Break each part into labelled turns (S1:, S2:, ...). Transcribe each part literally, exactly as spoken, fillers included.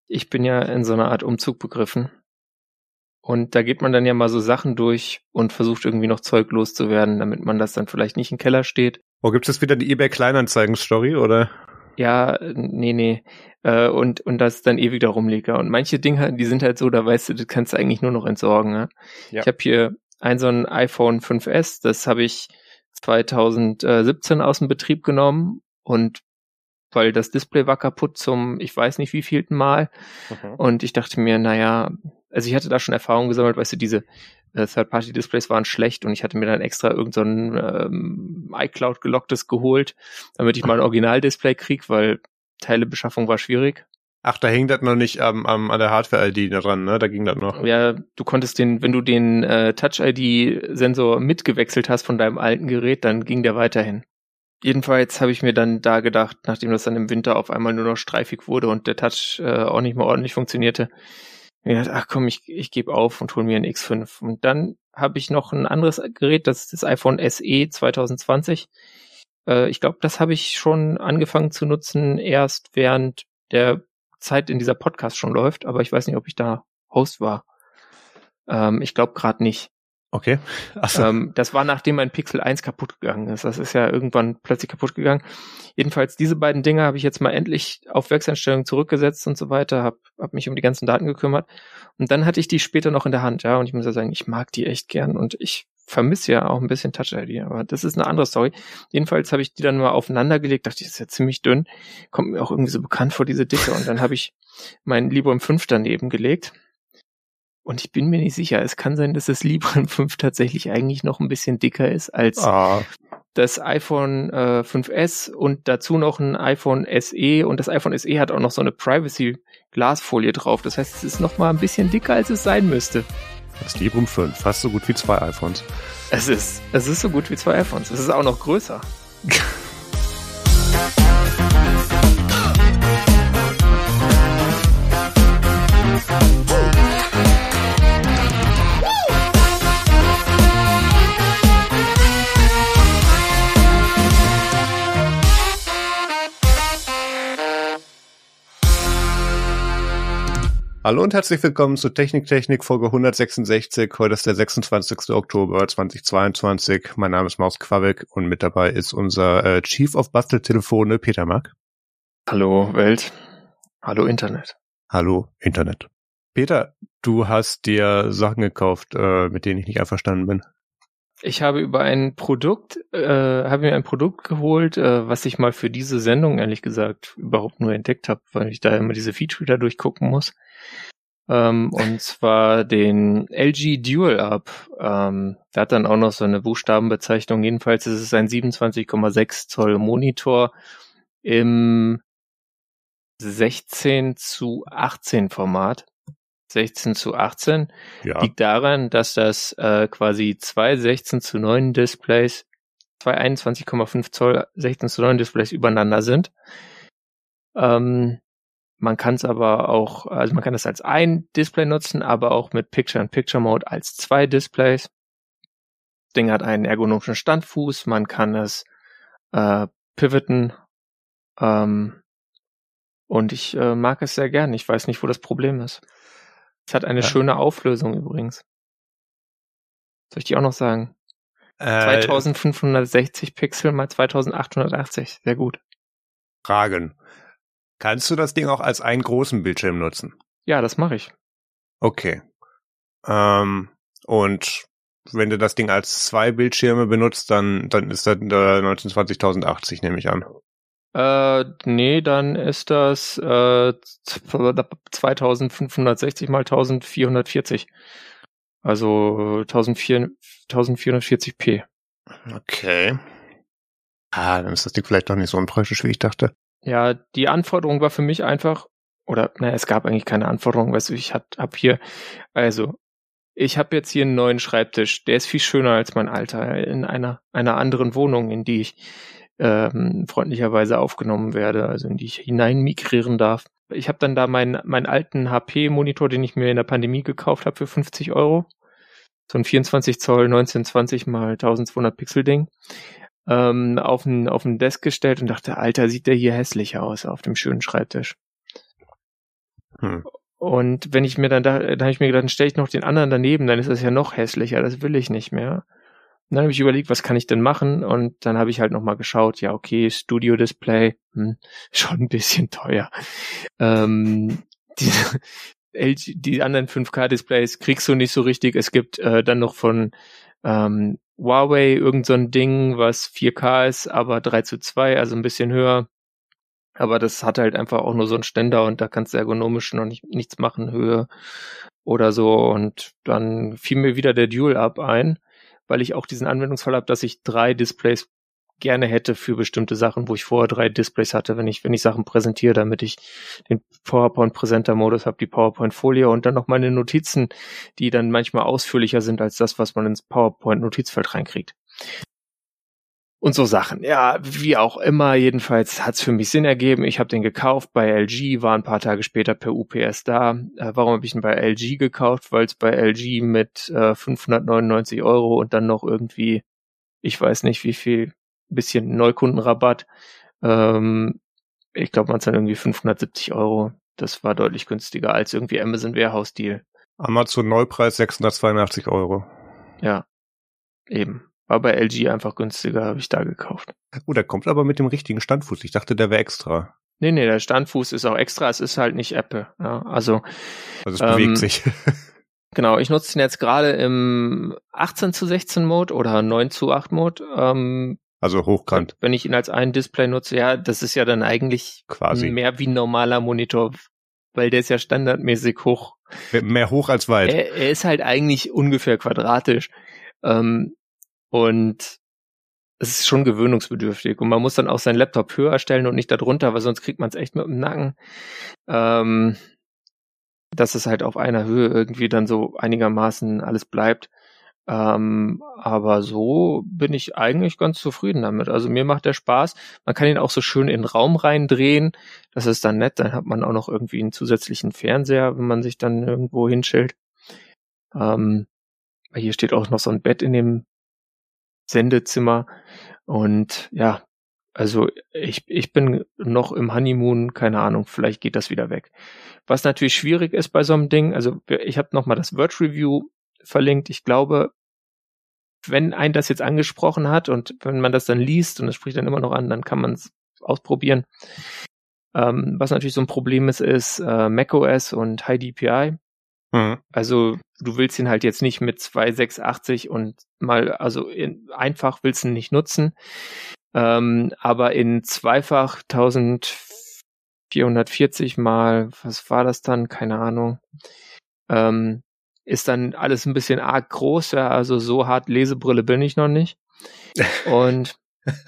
S1: ich bin ja in so einer Art Umzug begriffen. Und da geht man dann ja mal so Sachen durch und versucht irgendwie noch Zeug loszuwerden, damit man das dann vielleicht nicht im Keller steht.
S2: Oh, gibt es jetzt wieder die eBay-Kleinanzeigen-Story, oder?
S1: Ja, nee, nee. Äh, und, und das dann ewig da rumliegt. Und manche Dinge, die sind halt so, da weißt du, das kannst du eigentlich nur noch entsorgen. Ne? Ja. Ich habe hier ein so ein iPhone fünf S, das habe ich zwanzig siebzehn aus dem Betrieb genommen und weil das Display war kaputt zum, ich weiß nicht wievielten Mal. Mhm. Und ich dachte mir, naja, also ich hatte da schon Erfahrung gesammelt, weißt du, diese äh, Third-Party-Displays waren schlecht und ich hatte mir dann extra irgend so ein ähm, iCloud-gelocktes geholt, damit ich mal ein Original-Display kriege, weil Teilebeschaffung war schwierig.
S2: Ach, da hing das noch nicht ähm, ähm, an der Hardware-I D da dran, ne? Da ging das noch.
S1: Ja, du konntest den, wenn du den äh, Touch-I D-Sensor mitgewechselt hast von deinem alten Gerät, dann ging der weiterhin. Jedenfalls habe ich mir dann da gedacht, nachdem das dann im Winter auf einmal nur noch streifig wurde und der Touch äh, auch nicht mehr ordentlich funktionierte, mir gedacht, ach komm, ich, ich gebe auf und hole mir ein X fünf. Und dann habe ich noch ein anderes Gerät, das ist das iPhone S E zwanzig zwanzig. Äh, ich glaube, das habe ich schon angefangen zu nutzen, erst während der Zeit in dieser Podcast schon läuft, aber ich weiß nicht, ob ich da Host war. Ähm, ich glaube gerade nicht.
S2: Okay. Ach so.
S1: Ähm, das war, nachdem mein Pixel eins kaputt gegangen ist. Das ist ja irgendwann plötzlich kaputt gegangen. Jedenfalls, diese beiden Dinge habe ich jetzt mal endlich auf Werkseinstellungen zurückgesetzt und so weiter, habe hab mich um die ganzen Daten gekümmert. Und dann hatte ich die später noch in der Hand, ja. Und ich muss ja sagen, ich mag die echt gern und ich vermisse ja auch ein bisschen Touch-I D, aber das ist eine andere Story. Jedenfalls habe ich die dann mal aufeinander gelegt, dachte ich, das ist ja ziemlich dünn, kommt mir auch irgendwie so bekannt vor, diese Dicke. Und dann habe ich mein Librem fünf daneben gelegt. Und ich bin mir nicht sicher, es kann sein, dass das Librem fünf tatsächlich eigentlich noch ein bisschen dicker ist als ah. das iPhone äh, fünf S und dazu noch ein iPhone S E. Und das iPhone S E hat auch noch so eine Privacy-Glasfolie drauf. Das heißt, es ist noch mal ein bisschen dicker, als es sein müsste.
S2: Das Librem fünf, fast so gut wie zwei iPhones.
S1: Es ist, es ist so gut wie zwei iPhones. Es ist auch noch größer.
S2: Hallo und herzlich willkommen zu Technik Technik Folge hundertsechsundsechzig. Heute ist der sechsundzwanzigster Oktober zweitausendzweiundzwanzig. Mein Name ist Maus Quabeck und mit dabei ist unser äh, Chief of Basteltelefone, Peter Mack.
S1: Hallo Welt. Hallo Internet.
S2: Hallo Internet. Peter, du hast dir Sachen gekauft, äh, mit denen ich nicht einverstanden bin.
S1: Ich habe über ein Produkt, äh, habe mir ein Produkt geholt, äh, was ich mal für diese Sendung, ehrlich gesagt, überhaupt nur entdeckt habe, weil ich da immer diese Feature da durchgucken muss. Ähm, und zwar den L G Dual Up. Ähm, der hat dann auch noch so eine Buchstabenbezeichnung. Jedenfalls ist es ein siebenundzwanzig Komma sechs Zoll Monitor im sechzehn zu achtzehn Format. sechzehn zu achtzehn ja. Liegt daran, dass das äh, quasi zwei sechzehn zu neun Displays, zwei einundzwanzig Komma fünf Zoll sechzehn zu neun Displays übereinander sind. Ähm, man kann es aber auch, also man kann es als ein Display nutzen, aber auch mit Picture-in-Picture-Mode als zwei Displays. Das Ding hat einen ergonomischen Standfuß, man kann es äh, pivoten ähm, und ich äh, mag es sehr gern. Ich weiß nicht, wo das Problem ist. Es hat eine ja. schöne Auflösung übrigens. Soll ich die auch noch sagen? Äh, zweitausendfünfhundertsechzig Pixel mal zweitausendachthundertachtzig. Sehr gut.
S2: Fragen. Kannst du das Ding auch als einen großen Bildschirm nutzen?
S1: Ja, das mache ich.
S2: Okay. Ähm, und wenn du das Ding als zwei Bildschirme benutzt, dann, dann ist das äh, neunzehnhundertzwanzig tausendachtzig, nehme ich an.
S1: Äh, nee, dann ist das äh, zweitausendfünfhundertsechzig mal eintausendvierhundertvierzig. Also eintausendvierhundertvierzig p.
S2: Okay. Ah, dann ist das Ding vielleicht doch nicht so unpraktisch, wie ich dachte.
S1: Ja, die Anforderung war für mich einfach, oder naja, es gab eigentlich keine Anforderung, weißt du, ich hab, hab hier, also ich habe jetzt hier einen neuen Schreibtisch, der ist viel schöner als mein alter, in einer einer anderen Wohnung, in die ich ähm, freundlicherweise aufgenommen werde, also in die ich hinein migrieren darf. Ich habe dann da meinen meinen alten H P-Monitor, den ich mir in der Pandemie gekauft habe für fünfzig Euro, so ein vierundzwanzig Zoll neunzehnhundertzwanzig mal eintausendzweihundert Pixel Ding, ähm, auf den auf den Desk gestellt und dachte, Alter, sieht der hier hässlich aus auf dem schönen Schreibtisch.
S2: Hm.
S1: Und wenn ich mir dann da, dann habe ich mir gedacht, dann stelle ich noch den anderen daneben, dann ist das ja noch hässlicher, das will ich nicht mehr. Und dann habe ich überlegt, was kann ich denn machen? Und dann habe ich halt nochmal geschaut, ja okay, Studio Display, hm, schon ein bisschen teuer. Ähm, die, L G, die anderen fünf K Displays kriegst du nicht so richtig. Es gibt äh, dann noch von ähm, Huawei irgend so ein Ding, was vier K ist, aber drei zu zwei, also ein bisschen höher. Aber das hat halt einfach auch nur so einen Ständer und da kannst du ergonomisch noch nicht, nichts machen, Höhe oder so. Und dann fiel mir wieder der Dual-Up ein, weil ich auch diesen Anwendungsfall habe, dass ich drei Displays gerne hätte für bestimmte Sachen, wo ich vorher drei Displays hatte, wenn ich wenn ich Sachen präsentiere, damit ich den PowerPoint-Präsenter-Modus habe, die PowerPoint-Folie und dann noch meine Notizen, die dann manchmal ausführlicher sind als das, was man ins PowerPoint-Notizfeld reinkriegt. Und so Sachen. Ja, wie auch immer, jedenfalls hat's für mich Sinn ergeben. Ich habe den gekauft bei L G, war ein paar Tage später per U P S da. Äh, warum habe ich ihn bei L G gekauft? Weil es bei L G mit äh, fünfhundertneunundneunzig Euro und dann noch irgendwie, ich weiß nicht wie viel, bisschen Neukundenrabatt. Ähm, ich glaube, man zahlt irgendwie fünfhundertsiebzig Euro. Das war deutlich günstiger als irgendwie Amazon Warehouse Deal.
S2: Amazon Neupreis sechshundertzweiundachtzig Euro.
S1: Ja, eben. War bei L G einfach günstiger, habe ich da gekauft.
S2: Oh, der kommt aber mit dem richtigen Standfuß. Ich dachte, der wäre extra.
S1: Nee, nee, der Standfuß ist auch extra. Es ist halt nicht Apple. Ja, also,
S2: also es
S1: ähm,
S2: bewegt sich.
S1: Genau, ich nutze den jetzt gerade im achtzehn zu sechzehn Mode oder neun zu acht Mode. Ähm,
S2: also hochkant.
S1: Wenn ich ihn als ein Display nutze, ja, das ist ja dann eigentlich
S2: quasi
S1: mehr wie ein normaler Monitor, weil der ist ja standardmäßig hoch.
S2: Mehr hoch als weit.
S1: Er, er ist halt eigentlich ungefähr quadratisch. Ähm, und es ist schon gewöhnungsbedürftig. Und man muss dann auch seinen Laptop höher stellen und nicht darunter, weil sonst kriegt man es echt mit dem Nacken. Ähm, dass es halt auf einer Höhe irgendwie dann so einigermaßen alles bleibt. Ähm, aber so bin ich eigentlich ganz zufrieden damit. Also mir macht der Spaß. Man kann ihn auch so schön in den Raum reindrehen. Das ist dann nett. Dann hat man auch noch irgendwie einen zusätzlichen Fernseher, wenn man sich dann irgendwo hinstellt. Ähm, hier steht auch noch so ein Bett in dem Sendezimmer. Und ja, also ich, ich bin noch im Honeymoon, keine Ahnung, vielleicht geht das wieder weg. Was natürlich schwierig ist bei so einem Ding, also ich habe nochmal das Word Review verlinkt. Ich glaube, wenn ein das jetzt angesprochen hat und wenn man das dann liest und es spricht dann immer noch an, dann kann man es ausprobieren. Ähm, was natürlich so ein Problem ist, ist äh, macOS und High D P I. Mhm. Also du willst ihn halt jetzt nicht mit zwei Komma sechshundertachtzig und mal, also in, einfach willst du ihn nicht nutzen. Ähm, aber in zweifach eintausendvierhundertvierzig mal, was war das dann? Keine Ahnung. Ähm, ist dann alles ein bisschen arg groß, ja, also so hart Lesebrille bin ich noch nicht. Und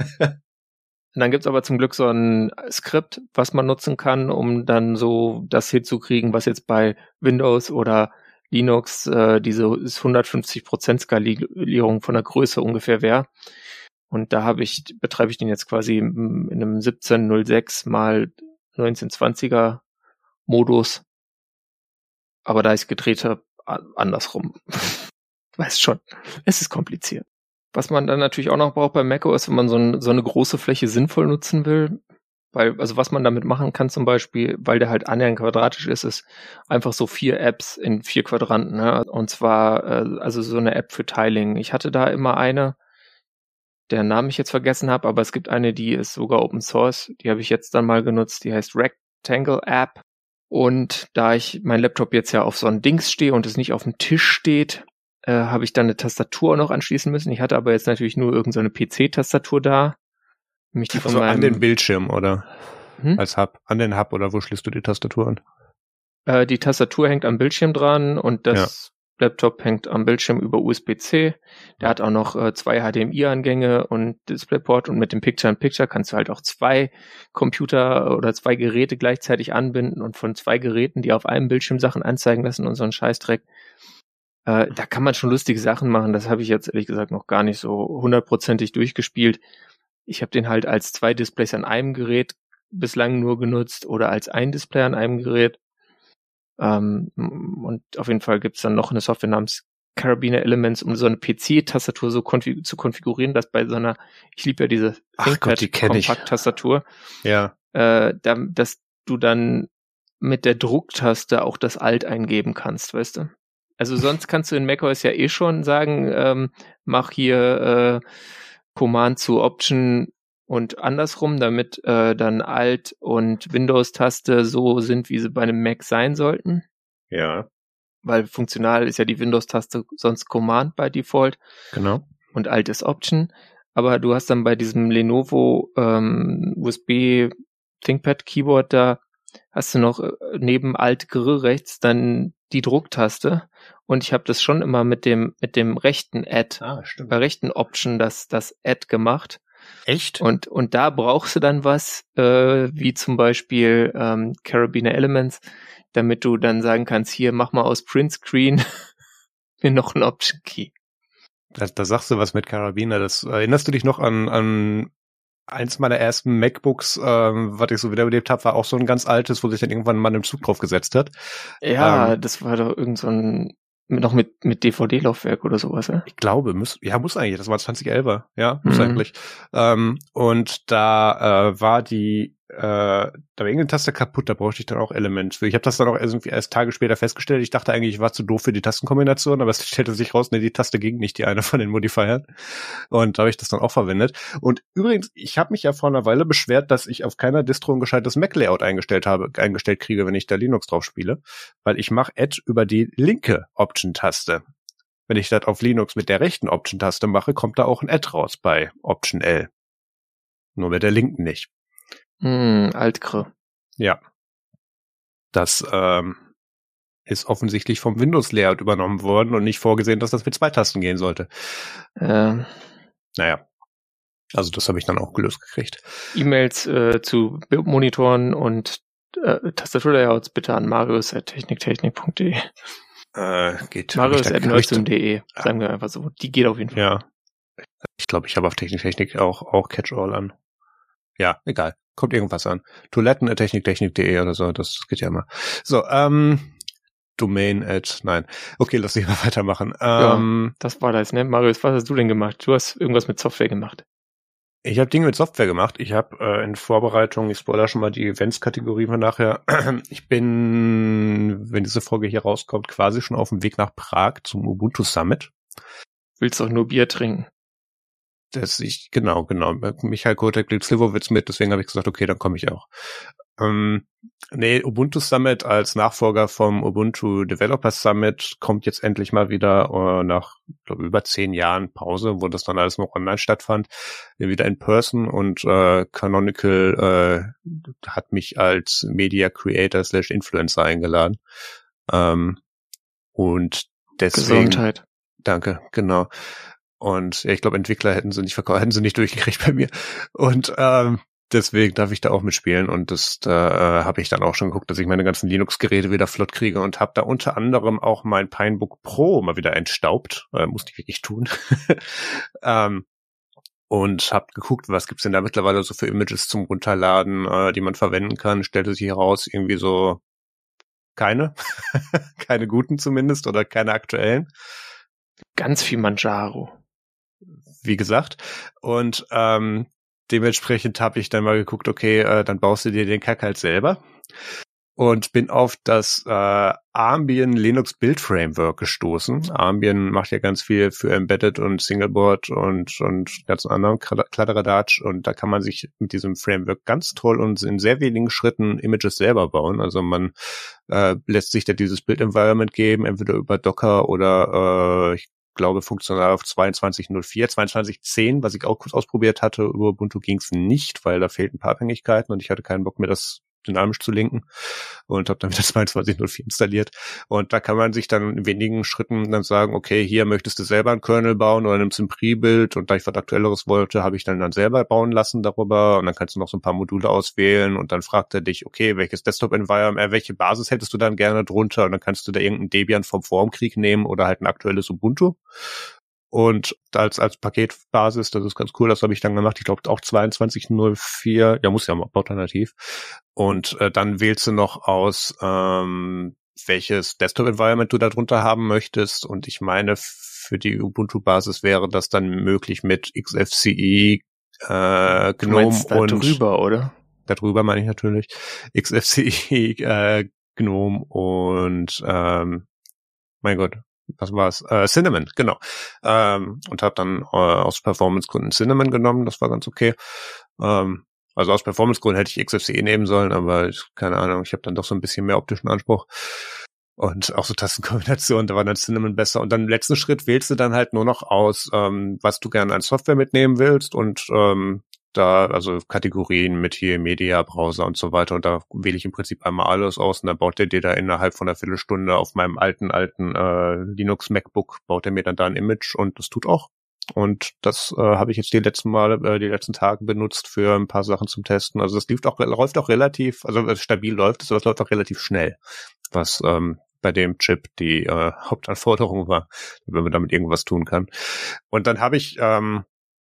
S1: dann gibt's aber zum Glück so ein Skript, was man nutzen kann, um dann so das hinzukriegen, was jetzt bei Windows oder Linux äh, diese hundertfünfzig Prozent Skalierung von der Größe ungefähr wäre. Und da habe ich, betreibe ich den jetzt quasi in einem siebzehn null sechs mal neunzehnhundertzwanziger Modus. Aber da ich es gedreht habe, andersrum. Weißt schon, es ist kompliziert. Was man dann natürlich auch noch braucht bei macOS, wenn man so, ein, so eine große Fläche sinnvoll nutzen will, weil, also was man damit machen kann zum Beispiel, weil der halt annähernd quadratisch ist, ist einfach so vier Apps in vier Quadranten, ne? Und zwar, äh, also so eine App für Tiling. Ich hatte da immer eine, deren Namen ich jetzt vergessen habe, aber es gibt eine, die ist sogar Open Source, die habe ich jetzt dann mal genutzt, die heißt Rectangle App. Und da ich mein Laptop jetzt ja auf so ein Dings stehe und es nicht auf dem Tisch steht, äh, habe ich dann eine Tastatur noch anschließen müssen. Ich hatte aber jetzt natürlich nur irgendeine P C-Tastatur da. Nämlich die von
S2: also
S1: meinem,
S2: an den Bildschirm, oder?
S1: Hm?
S2: Als Hub. An den Hub, oder wo schließt du die Tastatur an?
S1: Äh, die Tastatur hängt am Bildschirm dran und das ja. Laptop hängt am Bildschirm über U S B C. Der hat auch noch äh, zwei H D M I-Angänge und DisplayPort und mit dem Picture-in-Picture kannst du halt auch zwei Computer oder zwei Geräte gleichzeitig anbinden und von zwei Geräten, die auf einem Bildschirm Sachen anzeigen lassen und so einen Scheißdreck. Äh, da kann man schon lustige Sachen machen. Das habe ich jetzt ehrlich gesagt noch gar nicht so hundertprozentig durchgespielt. Ich habe den halt als zwei Displays an einem Gerät bislang nur genutzt oder als ein Display an einem Gerät. Um, und auf jeden Fall gibt's dann noch eine Software namens Carabiner Elements, um so eine P C-Tastatur so konfig- zu konfigurieren, dass bei so einer, ich liebe ja diese ThinkPad-Kompakt-Tastatur,
S2: ja.
S1: äh, da, dass du dann mit der Drucktaste auch das Alt eingeben kannst, weißt du? Also sonst kannst du in macOS ja eh schon sagen, ähm, mach hier äh, Command zu Option und andersrum, damit äh, dann Alt und Windows-Taste so sind, wie sie bei einem Mac sein sollten.
S2: Ja.
S1: Weil funktional ist ja die Windows-Taste sonst Command bei Default.
S2: Genau.
S1: Und Alt ist Option. Aber du hast dann bei diesem Lenovo ähm, U S B ThinkPad Keyboard da hast du noch neben Alt Gr rechts dann die Drucktaste und ich habe das schon immer mit dem mit dem rechten Add,
S2: ah, stimmt.
S1: bei rechten Option das das Add gemacht.
S2: Echt?
S1: Und und da brauchst du dann was äh, wie zum Beispiel ähm, Carabiner Elements, damit du dann sagen kannst, hier mach mal aus Print Screen mir noch ein Option Key.
S2: Da, da sagst du was mit Carabiner. Das erinnerst du dich noch an an eins meiner ersten MacBooks, ähm, was ich so wiederbelebt habe, war auch so ein ganz altes, wo sich dann irgendwann mal ein Zug drauf gesetzt hat.
S1: Ja,
S2: ähm,
S1: das war doch irgend so ein, noch mit mit D V D-Laufwerk oder sowas, ja?
S2: Ich glaube, muss, ja, muss eigentlich, das war zwanzig elfer, ja, muss
S1: Mhm.
S2: eigentlich. Ähm, und da äh, war die, äh, da war irgendeine Taste kaputt, da brauchte ich dann auch Element für. Ich habe das dann auch irgendwie erst Tage später festgestellt. Ich dachte eigentlich, ich war zu doof für die Tastenkombination, aber es stellte sich raus, nee, die Taste ging nicht, die eine von den Modifiern. Und da habe ich das dann auch verwendet. Und übrigens, ich habe mich ja vor einer Weile beschwert, dass ich auf keiner Distro ein gescheites Mac-Layout eingestellt habe, eingestellt kriege, wenn ich da Linux drauf spiele, weil ich mache Add über die linke Option-Taste. Wenn ich das auf Linux mit der rechten Option-Taste mache, kommt da auch ein Add raus bei Option L. Nur mit der linken nicht.
S1: Hm, Alt-Gr.
S2: Ja. Das ähm, ist offensichtlich vom Windows-Layout übernommen worden und nicht vorgesehen, dass das mit zwei Tasten gehen sollte.
S1: Ähm,
S2: Naja. Also das habe ich dann auch gelöst gekriegt.
S1: E-Mails äh, zu Monitoren und äh, Tastaturlayouts bitte an marius at techniktechnik punkt de.
S2: Äh, geht.
S1: marius at nerdsum punkt de,
S2: Ja.
S1: sagen wir einfach so. Die geht auf jeden Fall.
S2: Ja. Ich glaube, ich habe auf Technik-Technik auch, auch Catch-all an. Ja, egal. Kommt irgendwas an. Toiletten at techniktechnik punkt de oder so, das geht ja immer. So, ähm, Domain at, nein. Okay, lass mich mal weitermachen. Ähm,
S1: Ja, das war das, ne? Marius, was hast du denn gemacht? Du hast irgendwas mit Software gemacht.
S2: Ich habe Dinge mit Software gemacht. Ich habe äh, in Vorbereitung, ich spoiler schon mal die Events-Kategorie von nachher. Ich bin, wenn diese Folge hier rauskommt, quasi schon auf dem Weg nach Prag zum Ubuntu Summit.
S1: Willst doch nur Bier trinken.
S2: Das ich, genau, genau. Michael Kotek bringt Slivovitz mit, deswegen habe ich gesagt, okay, dann komme ich auch. Ähm, nee, Ubuntu Summit als Nachfolger vom Ubuntu Developers Summit kommt jetzt endlich mal wieder äh, nach, glaube über zehn Jahren Pause, wo das dann alles noch online stattfand, wieder in person und äh, Canonical äh, hat mich als Media Creator slash Influencer eingeladen. Ähm, und deswegen...
S1: Gesundheit.
S2: Danke, genau. Und ja, ich glaube, Entwickler hätten sie nicht verkauft, hätten sie nicht durchgekriegt bei mir. Und ähm, deswegen darf ich da auch mitspielen. Und das da äh, habe ich dann auch schon geguckt, dass ich meine ganzen Linux-Geräte wieder flott kriege und habe da unter anderem auch mein Pinebook Pro mal wieder entstaubt. Äh, musste ich wirklich tun. ähm, und habe geguckt, was gibt's denn da mittlerweile so für Images zum Runterladen, äh, die man verwenden kann. Stellte sich heraus, irgendwie so keine. Keine guten zumindest oder keine aktuellen.
S1: Ganz viel Manjaro.
S2: Wie gesagt. Und ähm, dementsprechend habe ich dann mal geguckt, okay, äh, dann baust du dir den Kack halt selber. Und bin auf das äh, Ambien Linux Build Framework gestoßen. Ambien macht ja ganz viel für Embedded und Singleboard und und ganz anderen Kladderadatsch. Und da kann man sich mit diesem Framework ganz toll und in sehr wenigen Schritten Images selber bauen. Also man äh, lässt sich da dieses Build Environment geben, entweder über Docker oder äh, ich glaube funktional auf zweiundzwanzig null vier, zweiundzwanzig zehn, was ich auch kurz ausprobiert hatte. Über Ubuntu ging es nicht, weil da fehlten ein paar Abhängigkeiten und ich hatte keinen Bock mehr, das dynamisch zu linken und habe dann wieder zweiundzwanzig null vier installiert. Und da kann man sich dann in wenigen Schritten dann sagen, okay, hier möchtest du selber einen Kernel bauen oder nimmst ein Pre-Build und da ich was Aktuelleres wollte, habe ich dann dann selber bauen lassen darüber und dann kannst du noch so ein paar Module auswählen und dann fragt er dich, okay, welches Desktop-Environment, äh, welche Basis hättest du dann gerne drunter und dann kannst du da irgendeinen Debian vom Formkrieg nehmen oder halt ein aktuelles Ubuntu. Und als als Paketbasis, das ist ganz cool, das habe ich dann gemacht. Ich glaube auch zweiundzwanzig null vier, ja muss ja mal alternativ. Und äh, dann wählst du noch aus, ähm, welches Desktop-Environment du da drunter haben möchtest. Und ich meine, für die Ubuntu-Basis wäre das dann möglich mit X F C E, äh, GNOME
S1: du meinst da
S2: und
S1: drüber, oder?
S2: darüber meine ich natürlich, X F C E, äh, Gnome und ähm, mein Gott, was war's? Äh, Cinnamon, genau. Ähm, und habe dann äh, aus Performance-Gründen Cinnamon genommen, das war ganz okay. Ähm, also aus Performance-Gründen hätte ich X F C E nehmen sollen, aber ich, keine Ahnung, ich habe dann doch so ein bisschen mehr optischen Anspruch. Und auch so Tastenkombinationen, da war dann Cinnamon besser. Und dann im letzten Schritt wählst du dann halt nur noch aus, ähm, was du gerne an Software mitnehmen willst und ähm, da, also Kategorien mit hier Media, Browser und so weiter. Und da wähle ich im Prinzip einmal alles aus und dann baut der dir da innerhalb von einer Viertelstunde auf meinem alten, alten äh, Linux MacBook, baut er mir dann da ein Image und das tut auch. Und das äh, habe ich jetzt die letzten Male, äh, die letzten Tage benutzt für ein paar Sachen zum Testen. Also das läuft auch, läuft auch relativ, also stabil läuft es, aber es läuft auch relativ schnell, was ähm, bei dem Chip die äh, Hauptanforderung war, wenn man damit irgendwas tun kann. Und dann habe ich ähm,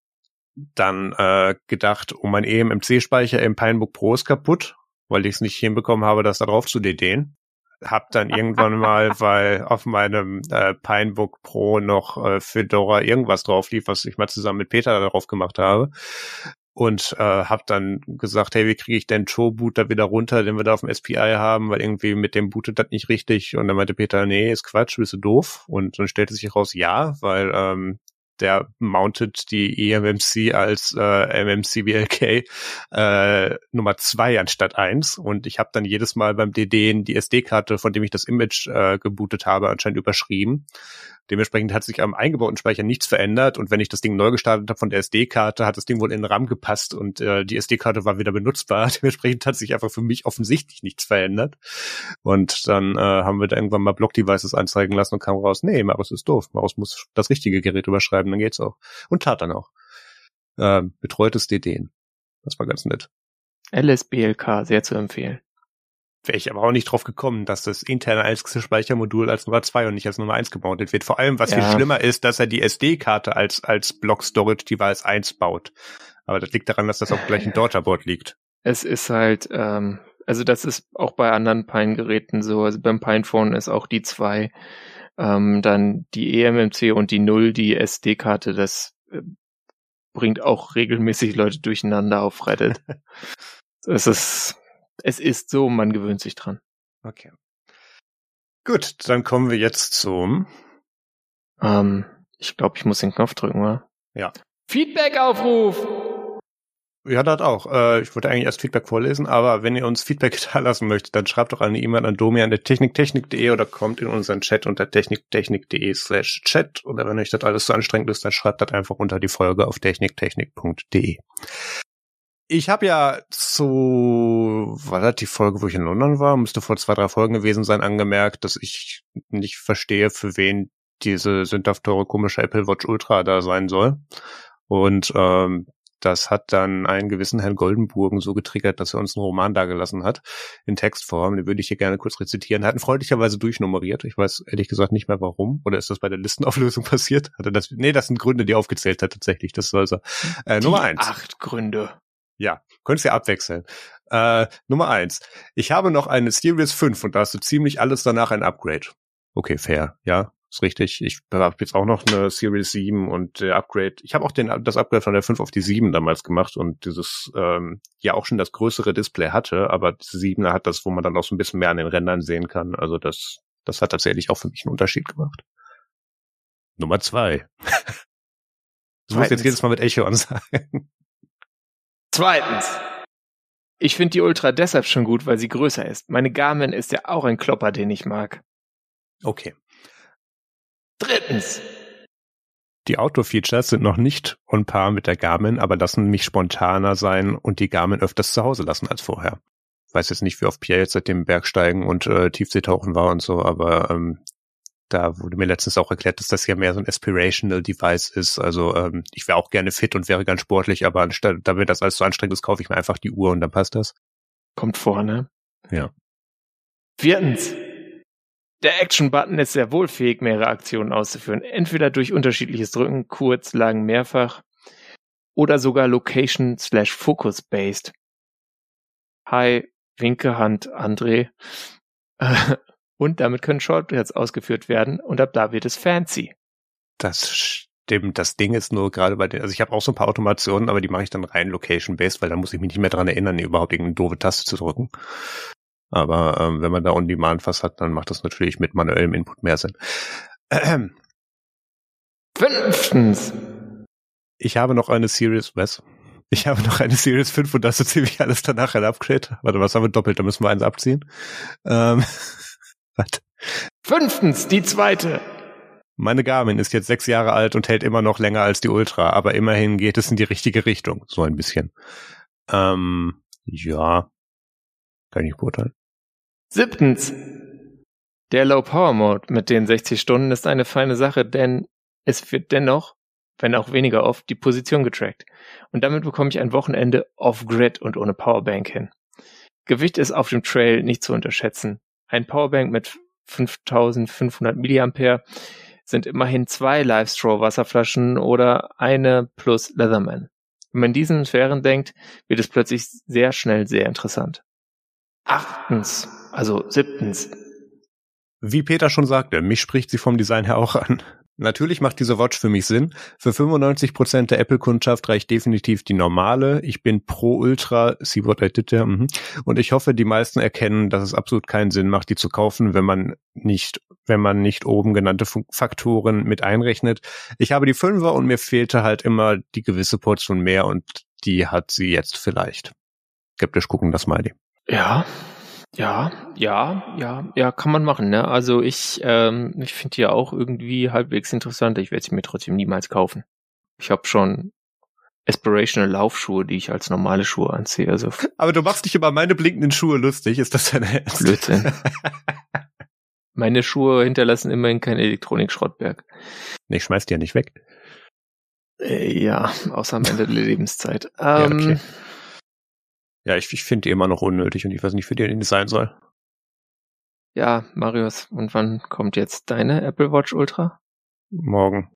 S2: dann äh, gedacht, oh, mein E M M C-Speicher im Pinebook Pro ist kaputt, weil ich es nicht hinbekommen habe, das da drauf zu D D'en. Hab dann irgendwann mal, weil auf meinem äh, Pinebook Pro noch äh, Fedora irgendwas drauf lief, was ich mal zusammen mit Peter darauf gemacht habe. Und äh, hab dann gesagt, hey, wie kriege ich denn Cho-Boot da wieder runter, den wir da auf dem S P I haben, weil irgendwie mit dem bootet das nicht richtig. Und dann meinte Peter, nee, ist Quatsch, bist du doof. Und dann stellte sich raus, ja, weil ähm, der mountet die E M M C als äh, M M C B L K äh, Nummer zwei anstatt eins. Und ich habe dann jedes Mal beim D D'en die S D-Karte, von dem ich das Image äh, gebootet habe, anscheinend überschrieben. Dementsprechend hat sich am eingebauten Speicher nichts verändert und wenn ich das Ding neu gestartet habe von der S D-Karte, hat das Ding wohl in den RAM gepasst und äh, die S D-Karte war wieder benutzbar. Dementsprechend hat sich einfach für mich offensichtlich nichts verändert. Und dann äh, haben wir da irgendwann mal Block-Devices anzeigen lassen und kam raus, nee, Marus ist doof. Marus muss das richtige Gerät überschreiben, dann geht's auch. Und tat dann auch. Äh, betreutes D D'en. Das war ganz nett.
S1: L S B L K, sehr zu empfehlen.
S2: Wäre ich aber auch nicht drauf gekommen, dass das interne Speichermodul als Nummer zwei und nicht als Nummer eins gemountet wird. Vor allem, was ja. viel schlimmer ist, dass er die S D-Karte als als Block-Storage-Device eins baut. Aber das liegt daran, dass das auf dem gleichen Daughterboard liegt.
S1: Es ist halt, ähm, also das ist auch bei anderen Pine-Geräten so. Also beim Pinephone ist auch die zwei, ähm, dann die E M M C und die null, die S D-Karte, das äh, bringt auch regelmäßig Leute durcheinander auf Reddit. Es ist... Es ist so, man gewöhnt sich dran.
S2: Okay. Gut, dann kommen wir jetzt zum...
S1: Ähm, ich glaube, ich muss den Knopf drücken, oder?
S2: Ja.
S1: Feedback-Aufruf!
S2: Ja, das auch. Äh, ich wollte eigentlich erst Feedback vorlesen, aber wenn ihr uns Feedback da lassen möchtet, dann schreibt doch eine E-Mail an domian at techniktechnik punkt de oder kommt in unseren Chat unter techniktechnik punkt de slash chat. Oder wenn euch das alles so anstrengend ist, dann schreibt das einfach unter die Folge auf techniktechnik punkt de. Ich habe ja zu, war das die Folge, wo ich in London war, müsste vor zwei, drei Folgen gewesen sein, angemerkt, dass ich nicht verstehe, für wen diese sündhaft teure komische Apple Watch Ultra da sein soll. Und ähm, das hat dann einen gewissen Herrn Goldenburgen so getriggert, dass er uns einen Roman dagelassen hat, in Textform. Den würde ich hier gerne kurz rezitieren. Er hat ihn freundlicherweise durchnummeriert. Ich weiß ehrlich gesagt nicht mehr warum. Oder ist das bei der Listenauflösung passiert? Hat er das? Nee, das sind Gründe, die er aufgezählt hat tatsächlich. Das soll er. Äh, Nummer eins.
S1: Acht Gründe.
S2: Ja, könntest ja abwechseln. Äh, Nummer eins. Ich habe noch eine Series fünf und da hast du ziemlich alles danach ein Upgrade. Okay, fair, ja, ist richtig. Ich habe jetzt auch noch eine Series sieben und der Upgrade, ich habe auch den das Upgrade von der fünf auf die sieben damals gemacht und dieses ähm, ja auch schon das größere Display hatte, aber die siebener hat das, wo man dann auch so ein bisschen mehr an den Rändern sehen kann. Also das das hat tatsächlich auch für mich einen Unterschied gemacht. Nummer zwei. Das muss ich jetzt jedes Mal mit Echo ansagen.
S1: Zweitens. Ich finde die Ultra deshalb schon gut, weil sie größer ist. Meine Garmin ist ja auch ein Klopper, den ich mag.
S2: Okay.
S1: Drittens.
S2: Die Auto-Features sind noch nicht on par mit der Garmin, aber lassen mich spontaner sein und die Garmin öfters zu Hause lassen als vorher. Ich weiß jetzt nicht, wie oft Pierre jetzt seit dem Bergsteigen und äh, Tiefseetauchen war und so, aber ähm, da wurde mir letztens auch erklärt, dass das ja mehr so ein aspirational Device ist. Also ähm, ich wäre auch gerne fit und wäre ganz sportlich, aber anstatt, damit das alles so anstrengend ist, kaufe ich mir einfach die Uhr und dann passt das.
S1: Kommt vor, ne?
S2: Ja.
S1: Viertens. Der Action-Button ist sehr wohl fähig, mehrere Aktionen auszuführen. Entweder durch unterschiedliches Drücken, kurz, lang, mehrfach oder sogar Location slash Focus-based. Hi, winke Hand, André. Und damit können Shortcuts ausgeführt werden und ab da wird es fancy.
S2: Das dem, das Ding ist nur gerade bei den, also ich habe auch so ein paar Automationen, aber die mache ich dann rein location-based, weil da muss ich mich nicht mehr dran erinnern, überhaupt irgendeine doofe Taste zu drücken. Aber ähm, wenn man da on-demand was hat, dann macht das natürlich mit manuellem Input mehr Sinn. Ähm.
S1: Fünftens.
S2: Ich habe noch eine Series, was? Ich habe noch eine Series fünf und das ist ziemlich alles danach ein Upgrade. Warte, was haben wir doppelt? Da müssen wir eins abziehen. Ähm, warte.
S1: Fünftens, die zweite.
S2: Meine Garmin ist jetzt sechs Jahre alt und hält immer noch länger als die Ultra, aber immerhin geht es in die richtige Richtung. So ein bisschen. Ähm, ja. Kann ich nicht beurteilen.
S1: Siebtens. Der Low-Power-Mode mit den sechzig Stunden ist eine feine Sache, denn es wird dennoch, wenn auch weniger oft, die Position getrackt. Und damit bekomme ich ein Wochenende off-Grid und ohne Powerbank hin. Gewicht ist auf dem Trail nicht zu unterschätzen. Ein Powerbank mit fünftausendfünfhundert Milliampere sind immerhin zwei Live-Straw-Wasserflaschen oder eine plus Leatherman. Wenn man in diesen Sphären denkt, wird es plötzlich sehr schnell sehr interessant. Achtens, also siebtens.
S2: Wie Peter schon sagte, mich spricht sie vom Design her auch an. Natürlich macht diese Watch für mich Sinn. Für fünfundneunzig Prozent der Apple-Kundschaft reicht definitiv die normale. Ich bin pro Ultra, see what I did there. Mhm. Und ich hoffe, die meisten erkennen, dass es absolut keinen Sinn macht, die zu kaufen, wenn man nicht, wenn man nicht oben genannte Faktoren mit einrechnet. Ich habe die Fünfer und mir fehlte halt immer die gewisse Portion mehr und die hat sie jetzt vielleicht. Skeptisch gucken, das mal die.
S1: Ja. Ja, ja, ja, ja, kann man machen, ne? Also ich, ähm, ich finde die ja auch irgendwie halbwegs interessant. Ich werde sie mir trotzdem niemals kaufen. Ich habe schon aspirational Laufschuhe, die ich als normale Schuhe anziehe. Also
S2: aber du machst dich über meine blinkenden Schuhe lustig, ist das dein Ernst?
S1: Blödsinn. Meine Schuhe hinterlassen immerhin kein Elektronik-Schrottberg.
S2: Nee, ich schmeiß die ja nicht weg.
S1: Äh, ja, außer am Ende der Lebenszeit.
S2: Ja,
S1: Ähm,
S2: okay. Ja, ich, ich finde die immer noch unnötig und ich weiß nicht, für die die sein soll.
S1: Ja, Marius, und wann kommt jetzt deine Apple Watch Ultra?
S2: Morgen.